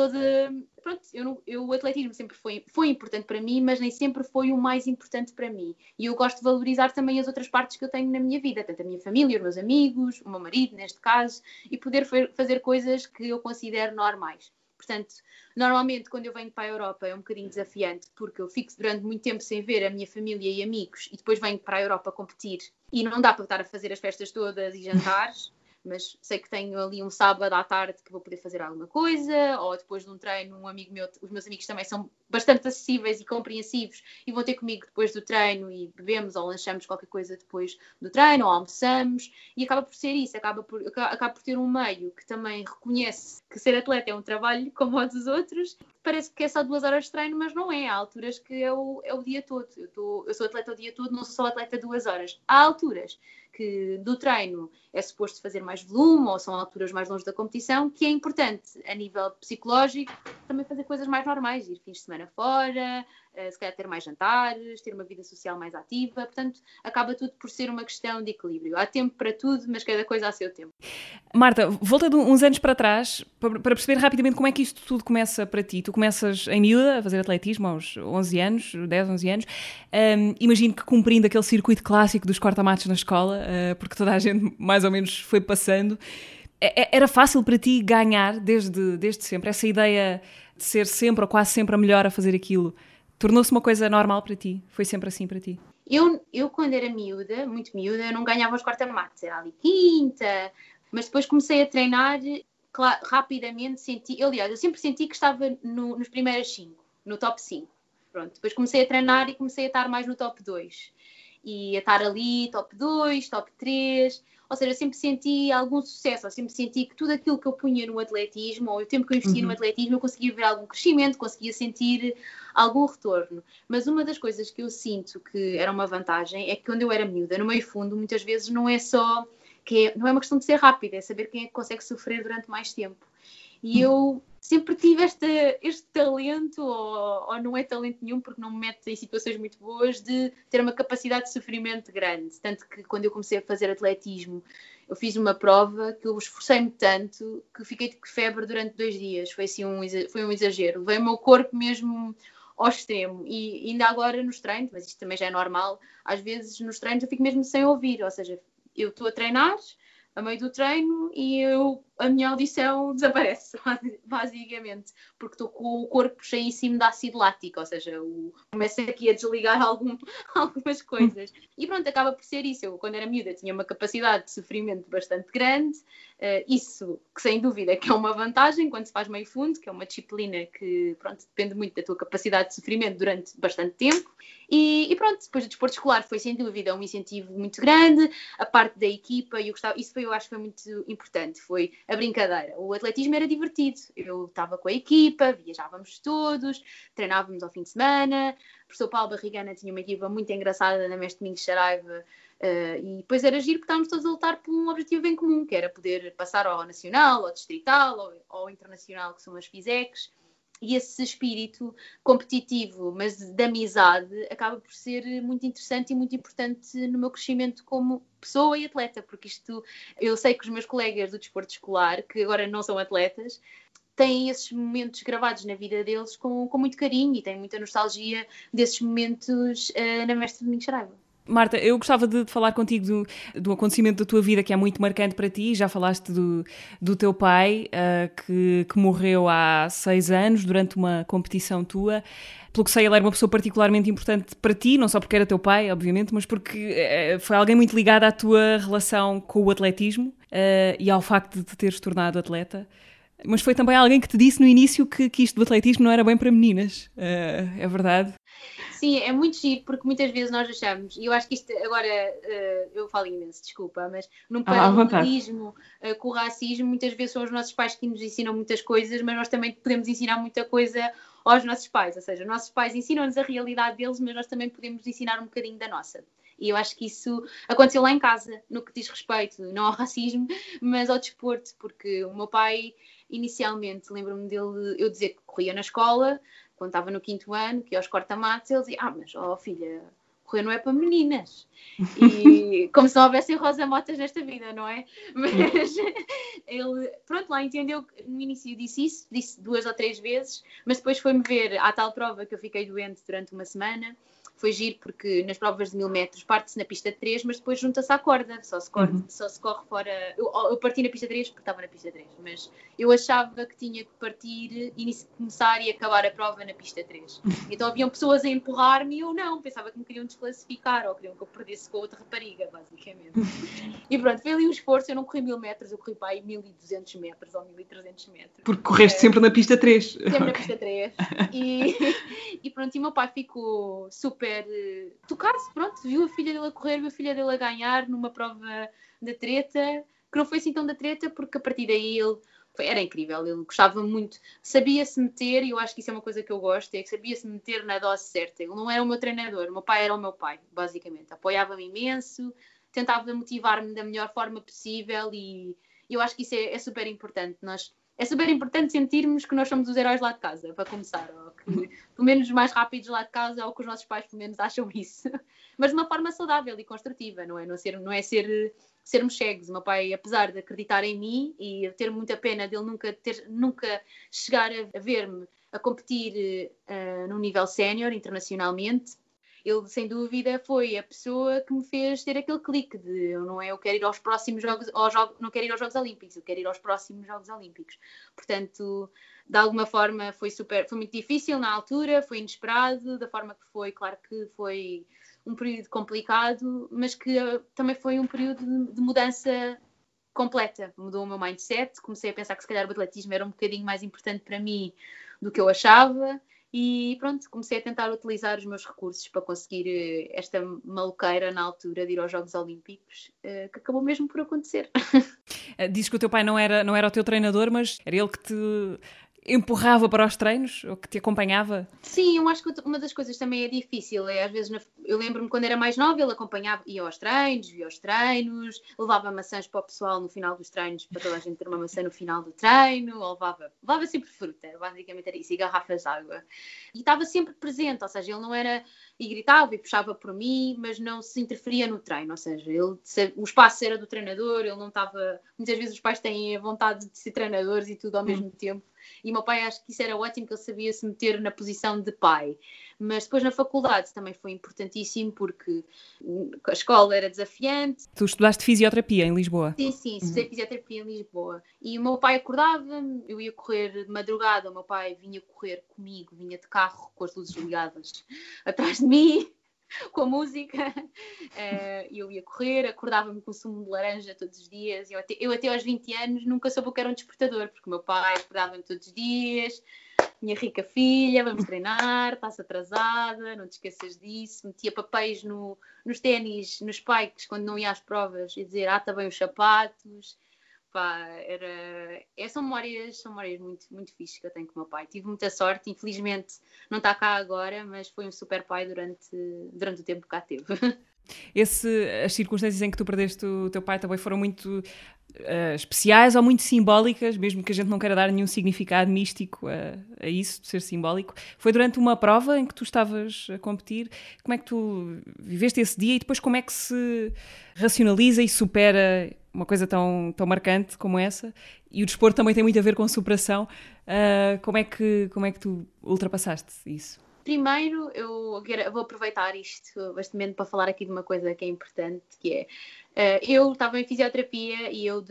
Pronto, o atletismo sempre foi importante para mim, mas nem sempre foi o mais importante para mim. E eu gosto de valorizar também as outras partes que eu tenho na minha vida, tanto a minha família, os meus amigos, o meu marido, neste caso, e poder fazer coisas que eu considero normais. Portanto, normalmente quando eu venho para a Europa é um bocadinho desafiante, porque eu fico durante muito tempo sem ver a minha família e amigos e depois venho para a Europa competir e não dá para estar a fazer as festas todas e jantares, mas sei que tenho ali um sábado à tarde que vou poder fazer alguma coisa, ou depois de um treino, um amigo meu, os meus amigos também são bastante acessíveis e compreensivos e vão ter comigo depois do treino e bebemos ou lanchamos qualquer coisa depois do treino, ou almoçamos, e acaba por ser isso, acaba por ter um meio que também reconhece que ser atleta é um trabalho como o dos outros. Parece que é só 2 horas de treino, mas não é. Há alturas que é o dia todo. Eu sou atleta o dia todo, não sou só atleta 2 horas. Há alturas que do treino é suposto fazer mais volume, ou são alturas mais longe da competição, que é importante a nível psicológico também fazer coisas mais normais, ir fins de semana fora, se calhar ter mais jantares, ter uma vida social mais ativa. Portanto, acaba tudo por ser uma questão de equilíbrio. Há tempo para tudo, mas cada coisa a seu tempo. Marta, volta de uns anos para trás, para perceber rapidamente como é que isto tudo começa para ti. Tu começas em miúda a fazer atletismo aos 11 anos, 10, 11 anos. Imagino que cumprindo aquele circuito clássico dos corta-matos na escola, porque toda a gente mais ou menos foi passando. Era fácil para ti ganhar desde sempre? Essa ideia de ser sempre ou quase sempre a melhor a fazer aquilo, tornou-se uma coisa normal para ti? Foi sempre assim para ti? Eu quando era miúda, muito miúda, eu não ganhava os corta-matos. Era ali quinta... Mas depois comecei a treinar, rapidamente eu sempre senti que estava nos primeiros 5, no top 5. Pronto, depois comecei a treinar e comecei a estar mais no top 2. e a estar ali, top 2, top 3. Ou seja, eu sempre senti algum sucesso, eu sempre senti que tudo aquilo que eu punha no atletismo, ou o tempo que eu investia no atletismo, eu conseguia ver algum crescimento, conseguia sentir algum retorno. Mas uma das coisas que eu sinto que era uma vantagem é que quando eu era miúda, no meio fundo, muitas vezes não é só não é uma questão de ser rápida, é saber quem é que consegue sofrer durante mais tempo. E eu sempre tive este talento, ou não é talento nenhum, porque não me mete em situações muito boas, de ter uma capacidade de sofrimento grande. Tanto que quando eu comecei a fazer atletismo, eu fiz uma prova que eu esforcei-me tanto que fiquei de febre durante 2 dias. Foi assim foi um exagero. Veio o meu corpo mesmo ao extremo. E ainda agora nos treinos, mas isto também já é normal, às vezes nos treinos eu fico mesmo sem ouvir. Ou seja, eu estou a treinar a meio do treino e a minha audição desaparece, basicamente, porque estou com o corpo cheíssimo de ácido lático, ou seja, começo aqui a desligar algumas coisas. E pronto, acaba por ser isso. Eu, quando era miúda, tinha uma capacidade de sofrimento bastante grande, isso que sem dúvida que é uma vantagem quando se faz meio fundo, que é uma disciplina que, pronto, depende muito da tua capacidade de sofrimento durante bastante tempo. E pronto, depois o desporto escolar foi sem dúvida um incentivo muito grande, a parte da equipa, e eu acho que foi muito importante, foi a brincadeira. O atletismo era divertido, eu estava com a equipa, viajávamos todos, treinávamos ao fim de semana, o professor Paulo Barrigana tinha uma equipa muito engraçada na Mestre Domingos Saraiva, e depois era giro porque estávamos todos a lutar por um objetivo em comum, que era poder passar ao nacional, ao distrital, ao internacional, que são as FISECs. E esse espírito competitivo, mas de amizade, acaba por ser muito interessante e muito importante no meu crescimento como pessoa e atleta, porque eu sei que os meus colegas do desporto escolar, que agora não são atletas, têm esses momentos gravados na vida deles com muito carinho e têm muita nostalgia desses momentos na Mestre Domingos Saraiva. Marta, eu gostava de falar contigo do acontecimento da tua vida que é muito marcante para ti. Já falaste do teu pai, que morreu há 6 anos durante uma competição tua. Pelo que sei, ele era uma pessoa particularmente importante para ti, não só porque era teu pai, obviamente, mas porque foi alguém muito ligado à tua relação com o atletismo e ao facto de te teres tornado atleta. Mas foi também alguém que te disse no início que isto do atletismo não era bem para meninas. É verdade? Sim, é muito giro, porque muitas vezes nós achamos, e eu acho que isto agora, eu falo imenso, desculpa, mas num paralelismo com o racismo, muitas vezes são os nossos pais que nos ensinam muitas coisas, mas nós também podemos ensinar muita coisa aos nossos pais, ou seja, os nossos pais ensinam-nos a realidade deles, mas nós também podemos ensinar um bocadinho da nossa. E eu acho que isso aconteceu lá em casa, no que diz respeito, não ao racismo, mas ao desporto, porque o meu pai, inicialmente, lembro-me dele, eu dizer que corria na escola, quando estava no 5º ano, que ia aos corta-matos, ele dizia, mas filha, correr não é para meninas. E como se não houvessem rosa-motas nesta vida, não é? Mas ele, pronto, lá entendeu que no início disse 2 ou 3 vezes, mas depois foi-me ver à tal prova que eu fiquei doente durante uma semana. Foi giro porque nas provas de 1000 metros parte-se na pista 3, mas depois junta-se à corda, só se corre fora. Eu parti na pista 3 porque estava na pista 3, mas eu achava que tinha que partir, começar e acabar a prova na pista 3. Então haviam pessoas a empurrar-me e eu não, pensava que me queriam desclassificar ou queriam que eu perdesse com outra rapariga, basicamente. E pronto, foi ali um esforço, eu não corri 1000 metros, eu corri para aí 1200 metros ou 1300 metros. Porque correste sempre na pista 3. Sempre na pista 3. E pronto, e o meu pai ficou super tocado, pronto, viu a filha dele a correr, viu a filha dele a ganhar numa prova da treta, que não foi assim tão da treta, porque a partir daí era incrível, ele gostava muito, sabia-se meter, e eu acho que isso é uma coisa que eu gosto, é que sabia-se meter na dose certa. Ele não era o meu treinador, o meu pai era o meu pai, basicamente, apoiava-me imenso, tentava motivar-me da melhor forma possível, e eu acho que isso é super importante. É super importante sentirmos que nós somos os heróis lá de casa, para começar, ou que, pelo menos, os mais rápidos lá de casa, ou que os nossos pais, pelo menos, acham isso. Mas de uma forma saudável e construtiva, não é? Não é sermos cegos. O meu pai, apesar de acreditar em mim e ter muita pena dele nunca chegar a ver-me a competir num nível sénior, internacionalmente, ele, sem dúvida, foi a pessoa que me fez ter aquele clique de eu quero ir aos próximos não quero ir aos Jogos Olímpicos, eu quero ir aos próximos Jogos Olímpicos. Portanto, de alguma forma foi muito difícil na altura, foi inesperado, da forma que foi, claro que foi um período complicado, mas que também foi um período de mudança completa. Mudou o meu mindset, comecei a pensar que se calhar o atletismo era um bocadinho mais importante para mim do que eu achava. E pronto, comecei a tentar utilizar os meus recursos para conseguir esta maluqueira na altura de ir aos Jogos Olímpicos, que acabou mesmo por acontecer. Diz que o teu pai não era o teu treinador, mas era ele que te empurrava para os treinos, ou que te acompanhava? Sim, eu acho que uma das coisas também é difícil, às vezes eu lembro-me quando era mais nova, ele acompanhava, ia aos treinos, via os treinos, levava maçãs para o pessoal no final dos treinos, para toda a gente ter uma maçã no final do treino, ou levava sempre fruta, basicamente era isso, e garrafas de água. E estava sempre presente, ou seja, ele não era, e gritava e puxava por mim, mas não se interferia no treino, ou seja, o espaço era do treinador, ele não estava, muitas vezes os pais têm a vontade de ser treinadores e tudo ao mesmo tempo. E o meu pai, acho que isso era ótimo, que ele sabia se meter na posição de pai. Mas depois na faculdade também foi importantíssimo, porque a escola era desafiante. Tu estudaste fisioterapia em Lisboa? Sim, estudei fisioterapia em Lisboa. E o meu pai acordava-me, eu ia correr de madrugada, o meu pai vinha correr comigo, vinha de carro com as luzes ligadas atrás de mim, com a música, e eu ia correr, acordava-me com sumo de laranja todos os dias. Eu até aos 20 anos nunca soube o que era um despertador, porque o meu pai acordava-me todos os dias, minha rica filha, vamos treinar, estás atrasada, não te esqueças disso. Metia papéis nos ténis, nos spikes, quando não ia às provas, e dizer, está bem os sapatos. Pá, são memórias muito, muito fixes que eu tenho com o meu pai. Tive muita sorte, infelizmente não está cá agora, mas foi um super pai durante o tempo que cá teve. As circunstâncias em que tu perdeste o teu pai também foram muito especiais ou muito simbólicas, mesmo que a gente não queira dar nenhum significado místico a isso, de ser simbólico. Foi durante uma prova em que tu estavas a competir. Como é que tu viveste esse dia e depois como é que se racionaliza e supera uma coisa tão marcante como essa? E o desporto também tem muito a ver com superação. Como é que tu ultrapassaste isso? Primeiro, eu vou aproveitar este momento para falar aqui de uma coisa que é importante, que é, eu estava em fisioterapia e eu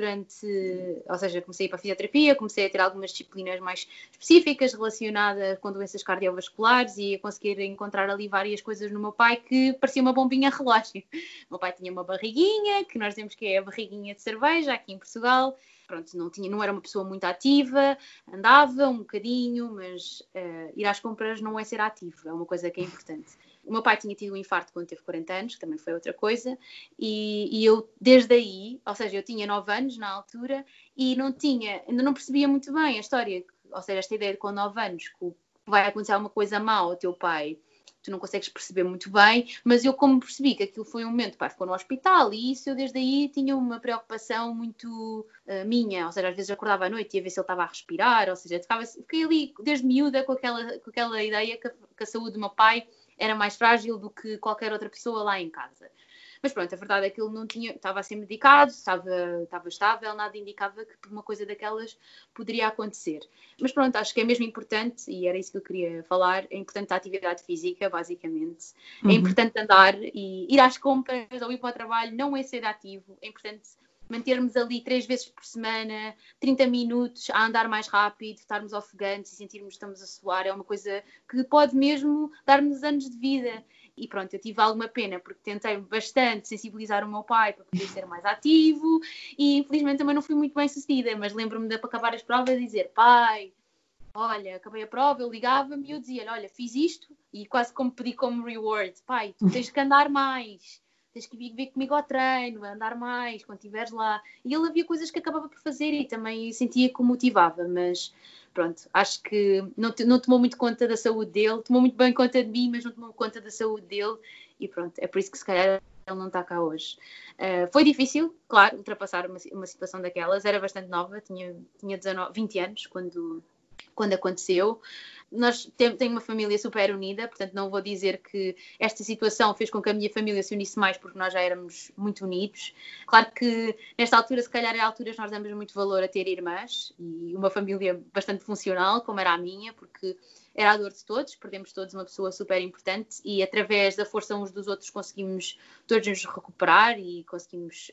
ou seja, comecei a ir para a fisioterapia, comecei a ter algumas disciplinas mais específicas relacionadas com doenças cardiovasculares e a conseguir encontrar ali várias coisas no meu pai que parecia uma bombinha relógio. O meu pai tinha uma barriguinha, que nós dizemos que é a barriguinha de cerveja aqui em Portugal. Pronto, não era uma pessoa muito ativa, andava um bocadinho, mas ir às compras não é ser ativo, é uma coisa que é importante. O meu pai tinha tido um infarto quando teve 40 anos, que também foi outra coisa, e eu desde aí, ou seja, eu tinha 9 anos na altura e ainda não percebia muito bem a história, ou seja, esta ideia de com 9 anos que vai acontecer alguma coisa má ao teu pai, tu não consegues perceber muito bem, mas eu como percebi que aquilo foi um momento, pai ficou no hospital e isso eu desde aí tinha uma preocupação muito minha, ou seja, às vezes acordava à noite e ia ver se ele estava a respirar, ou seja, fiquei ali desde miúda com aquela ideia que a saúde do meu pai era mais frágil do que qualquer outra pessoa lá em casa. Mas pronto, a verdade é que ele estava a ser medicado, estava estável, nada indicava que por uma coisa daquelas poderia acontecer. Mas pronto, acho que é mesmo importante, e era isso que eu queria falar, é importante a atividade física, basicamente. É importante andar e ir às compras ou ir para o trabalho, não é ser ativo, é importante mantermos ali 3 vezes por semana, 30 minutos a andar mais rápido, estarmos ofegantes e sentirmos que estamos a suar, é uma coisa que pode mesmo dar-nos anos de vida. E pronto, eu tive alguma pena porque tentei bastante sensibilizar o meu pai para poder ser mais ativo e infelizmente também não fui muito bem sucedida, mas lembro-me de acabar as provas e dizer, pai, olha, acabei a prova, eu ligava-me e eu dizia, olha, fiz isto e quase como pedi como reward, pai, tu tens que andar mais, tens que vir comigo ao treino, andar mais quando estiveres lá. E ele havia coisas que acabava por fazer e também sentia que o motivava, mas pronto, acho que não tomou muito conta da saúde dele, tomou muito bem conta de mim, mas não tomou conta da saúde dele e pronto, é por isso que se calhar ele não está cá hoje. Foi difícil, claro, ultrapassar uma situação daquelas, era bastante nova, tinha 20 anos quando aconteceu. Nós temos uma família super unida, portanto não vou dizer que esta situação fez com que a minha família se unisse mais porque nós já éramos muito unidos. Claro que nesta altura, se calhar é alturas nós damos muito valor a ter irmãs e uma família bastante funcional, como era a minha, porque era a dor de todos, perdemos todos uma pessoa super importante e através da força uns dos outros conseguimos todos nos recuperar e conseguimos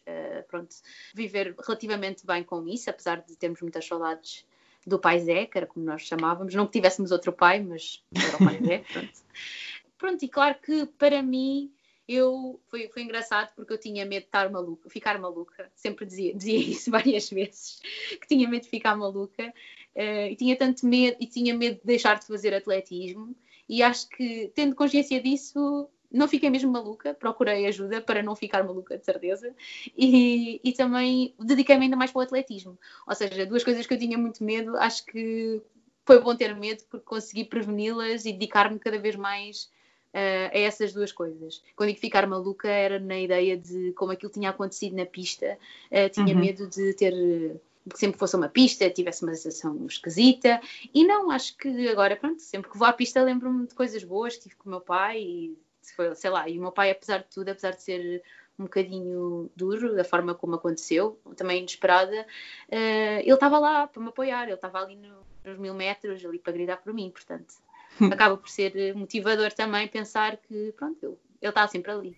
viver relativamente bem com isso, apesar de termos muitas saudades do pai Zé, que era como nós chamávamos, não que tivéssemos outro pai, mas era o pai Zé, pronto, e claro que para mim foi engraçado porque eu tinha medo de ficar maluca, sempre dizia isso várias vezes, que tinha medo de ficar maluca, e tinha tanto medo, e tinha medo de deixar de fazer atletismo, e acho que, tendo consciência disso, não fiquei mesmo maluca, procurei ajuda para não ficar maluca, de certeza, e também dediquei-me ainda mais para o atletismo. Ou seja, duas coisas que eu tinha muito medo, acho que foi bom ter medo, porque consegui preveni-las e dedicar-me cada vez mais a essas duas coisas. Quando digo ficar maluca, era na ideia de como aquilo tinha acontecido na pista, tinha medo de ter... que sempre fosse uma pista, tivesse uma sensação esquisita, e não, acho que agora, pronto, sempre que vou à pista lembro-me de coisas boas que tive com o meu pai, e foi, sei lá, e o meu pai, apesar de tudo, apesar de ser um bocadinho duro, da forma como aconteceu, também inesperada, ele estava lá para me apoiar, ele estava ali nos 1000 metros, ali para gritar por mim, portanto, acaba por ser motivador também pensar que, pronto, ele está sempre ali.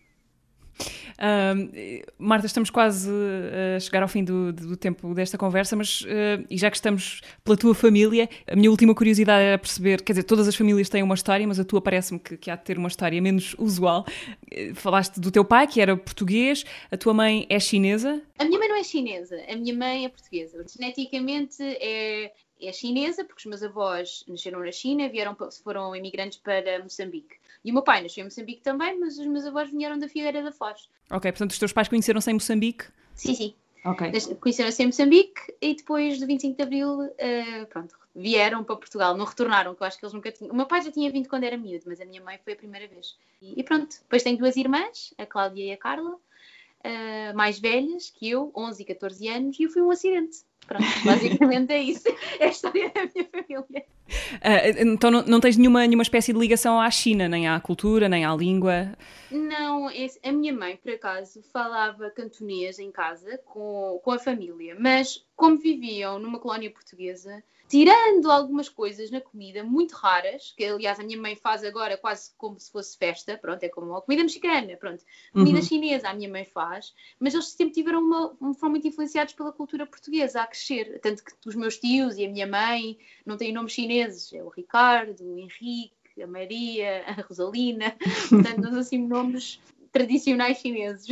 Marta, estamos quase a chegar ao fim do tempo desta conversa, mas e já que estamos pela tua família, a minha última curiosidade era perceber, quer dizer, todas as famílias têm uma história, mas a tua parece-me que há de ter uma história menos usual. Falaste do teu pai, que era português, a tua mãe é chinesa? A minha mãe não é chinesa, a minha mãe é portuguesa. Geneticamente é chinesa, porque os meus avós nasceram na China, foram imigrantes para Moçambique. E o meu pai nasceu em Moçambique também, mas os meus avós vieram da Figueira da Foz. Ok, portanto os teus pais conheceram-se em Moçambique? Sim, sim. Okay. Conheceram-se em Moçambique e depois do 25 de Abril, pronto, vieram para Portugal, não retornaram, que eu acho que eles nunca tinham... O meu pai já tinha vindo quando era miúdo, mas a minha mãe foi a primeira vez. E pronto, depois tenho duas irmãs, a Cláudia e a Carla, mais velhas que eu, 11 e 14 anos, e eu fui um acidente. Pronto, basicamente é isso. É a história da minha família. Então não tens nenhuma espécie de ligação à China, nem à cultura, nem à língua? Não, a minha mãe, por acaso, falava cantonês em casa com a família, mas como viviam numa colónia portuguesa, tirando algumas coisas na comida muito raras, que aliás a minha mãe faz agora quase como se fosse festa, pronto, é como a comida mexicana, pronto, comida chinesa a minha mãe faz, mas eles sempre foram muito influenciados pela cultura portuguesa a crescer, tanto que os meus tios e a minha mãe não têm nomes chineses, é o Ricardo, o Henrique, a Maria, a Rosalina, portanto, assim, nomes tradicionais chineses.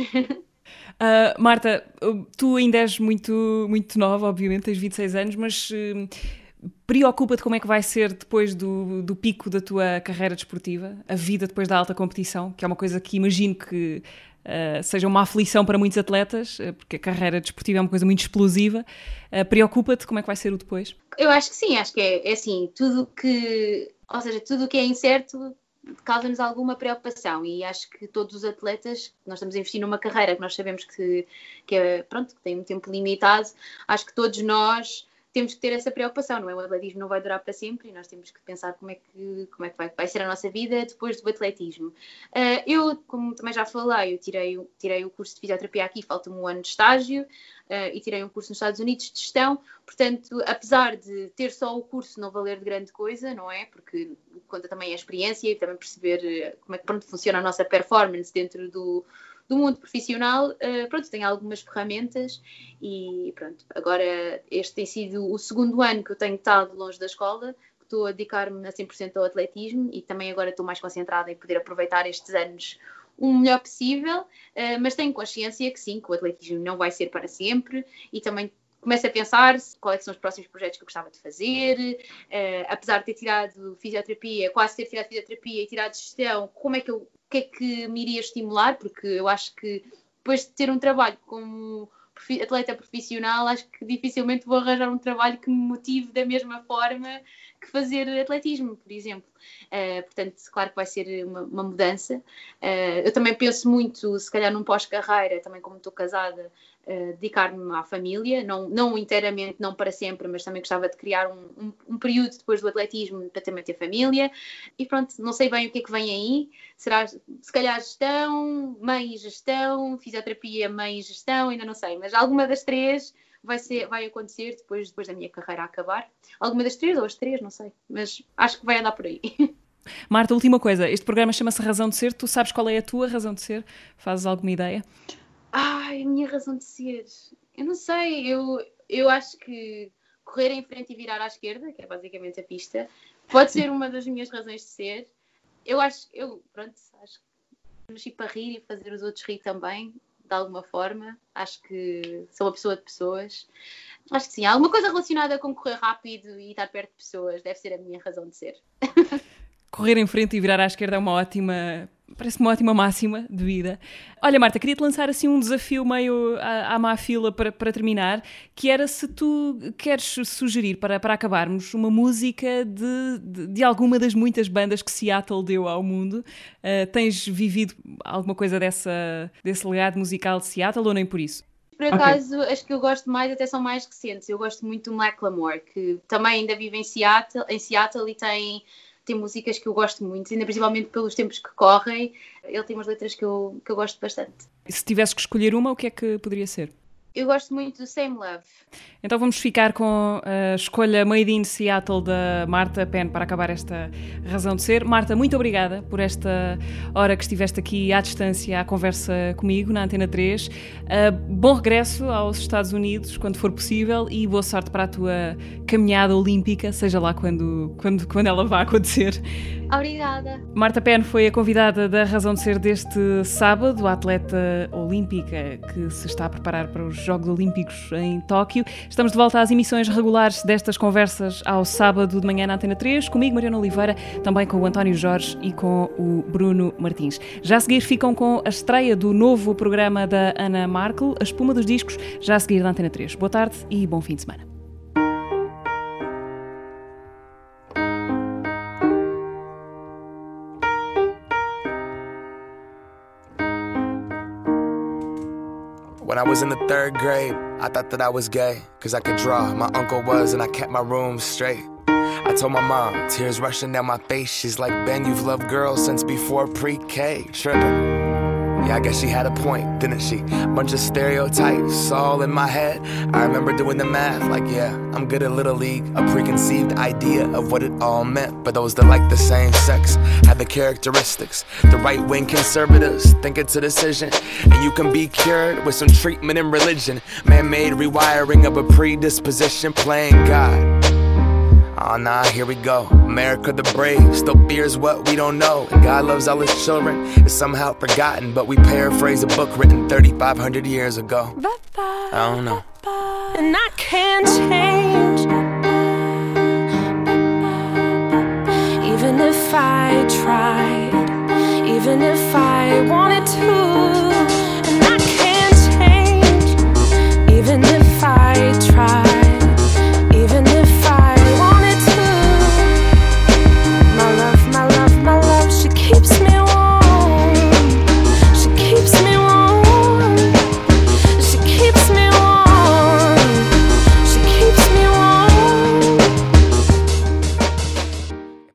Marta, tu ainda és muito, muito nova, obviamente, tens 26 anos, mas preocupa-te como é que vai ser depois do pico da tua carreira desportiva, a vida depois da alta competição, que é uma coisa que imagino que seja uma aflição para muitos atletas, porque a carreira desportiva é uma coisa muito explosiva. Preocupa-te como é que vai ser o depois? Eu acho que sim, acho que é assim, tudo o que é incerto causa-nos alguma preocupação, e acho que todos os atletas, nós estamos a investir numa carreira que nós sabemos que tem um tempo limitado, acho que todos nós temos que ter essa preocupação, não é? O atletismo não vai durar para sempre e nós temos que pensar como é que vai ser a nossa vida depois do atletismo. Eu, como também já falei, eu tirei o curso de fisioterapia aqui, falta-me um ano de estágio, e tirei um curso nos Estados Unidos de gestão, portanto, apesar de ter só o curso não valer de grande coisa, não é? Porque conta também a experiência e também perceber como é que funciona a nossa performance dentro do mundo profissional, tenho algumas ferramentas e pronto, agora este tem sido o segundo ano que eu tenho estado longe da escola, que estou a dedicar-me a 100% ao atletismo e também agora estou mais concentrada em poder aproveitar estes anos o melhor possível, mas tenho consciência que sim, que o atletismo não vai ser para sempre e também começo a pensar quais são os próximos projetos que eu gostava de fazer, apesar de ter tirado fisioterapia, quase ter tirado fisioterapia e tirado gestão, o que é que me iria estimular, porque eu acho que depois de ter um trabalho como atleta profissional, acho que dificilmente vou arranjar um trabalho que me motive da mesma forma que fazer atletismo, por exemplo. Portanto, claro que vai ser uma mudança. Eu também penso muito, se calhar num pós-carreira, também como estou casada, dedicar-me à família, não inteiramente, não para sempre, mas também gostava de criar um período depois do atletismo para também ter família. E pronto, não sei bem o que é que vem aí. Será, se calhar, gestão, mãe e gestão, fisioterapia, mãe e gestão, ainda não sei, mas alguma das três vai acontecer depois da minha carreira acabar. Alguma das três ou as três, não sei, mas acho que vai andar por aí. Marta, última coisa, este programa chama-se Razão de Ser, tu sabes qual é a tua razão de ser? Fazes alguma ideia? Ai, a minha razão de ser, eu não sei, eu acho que correr em frente e virar à esquerda, que é basicamente a pista, pode ser uma das minhas razões de ser. Eu acho que nasci para rir e fazer os outros rir também, de alguma forma. Acho que sou uma pessoa de pessoas. Acho que sim. Alguma coisa relacionada com correr rápido e estar perto de pessoas deve ser a minha razão de ser. Correr em frente e virar à esquerda é parece-me uma ótima máxima de vida. Olha, Marta, queria-te lançar assim um desafio meio à má fila para terminar, que era se tu queres sugerir, para acabarmos, uma música de alguma das muitas bandas que Seattle deu ao mundo. Tens vivido alguma coisa desse legado musical de Seattle ou nem por isso? Por acaso, as que eu gosto mais até são mais recentes. Eu gosto muito do Macklemore, que também ainda vive em Seattle e tem músicas que eu gosto muito, ainda principalmente pelos tempos que correm. Ele tem umas letras que eu gosto bastante. E se tivesse que escolher uma, o que é que poderia ser? Eu gosto muito do Same Love. Então vamos ficar com a escolha Made in Seattle da Marta Penn para acabar esta razão de ser. Marta, muito obrigada por esta hora que estiveste aqui à distância à conversa comigo na Antena 3. Bom regresso aos Estados Unidos, quando for possível, e boa sorte para a tua caminhada olímpica, seja lá quando ela vá acontecer. Obrigada. Marta Penn foi a convidada da razão de ser deste sábado, a atleta olímpica que se está a preparar para os Jogos Olímpicos em Tóquio. Estamos de volta às emissões regulares destas conversas ao sábado de manhã na Antena 3, comigo, Mariana Oliveira, também com o António Jorge e com o Bruno Martins. Já a seguir ficam com a estreia do novo programa da Ana Markel, A Espuma dos Discos, já a seguir da Antena 3. Boa tarde e bom fim de semana. When I was in the 3rd grade, I thought that I was gay, cause I could draw. My uncle was, and I kept my room straight. I told my mom, tears rushing down my face. She's like, Ben, you've loved girls since before pre-K. Trippin'. Yeah, I guess she had a point, didn't she? Bunch of stereotypes all in my head. I remember doing the math, like, yeah, I'm good at Little League. A preconceived idea of what it all meant. But those that like the same sex had the characteristics. The right-wing conservatives think it's a decision, and you can be cured with some treatment and religion. Man-made rewiring of a predisposition, playing God. Oh nah, here we go. America the brave still fears what we don't know. And God loves all his children, it's somehow forgotten. But we paraphrase a book written 3,500 years ago. I don't know. And I can't change, even if I tried, even if I wanted to.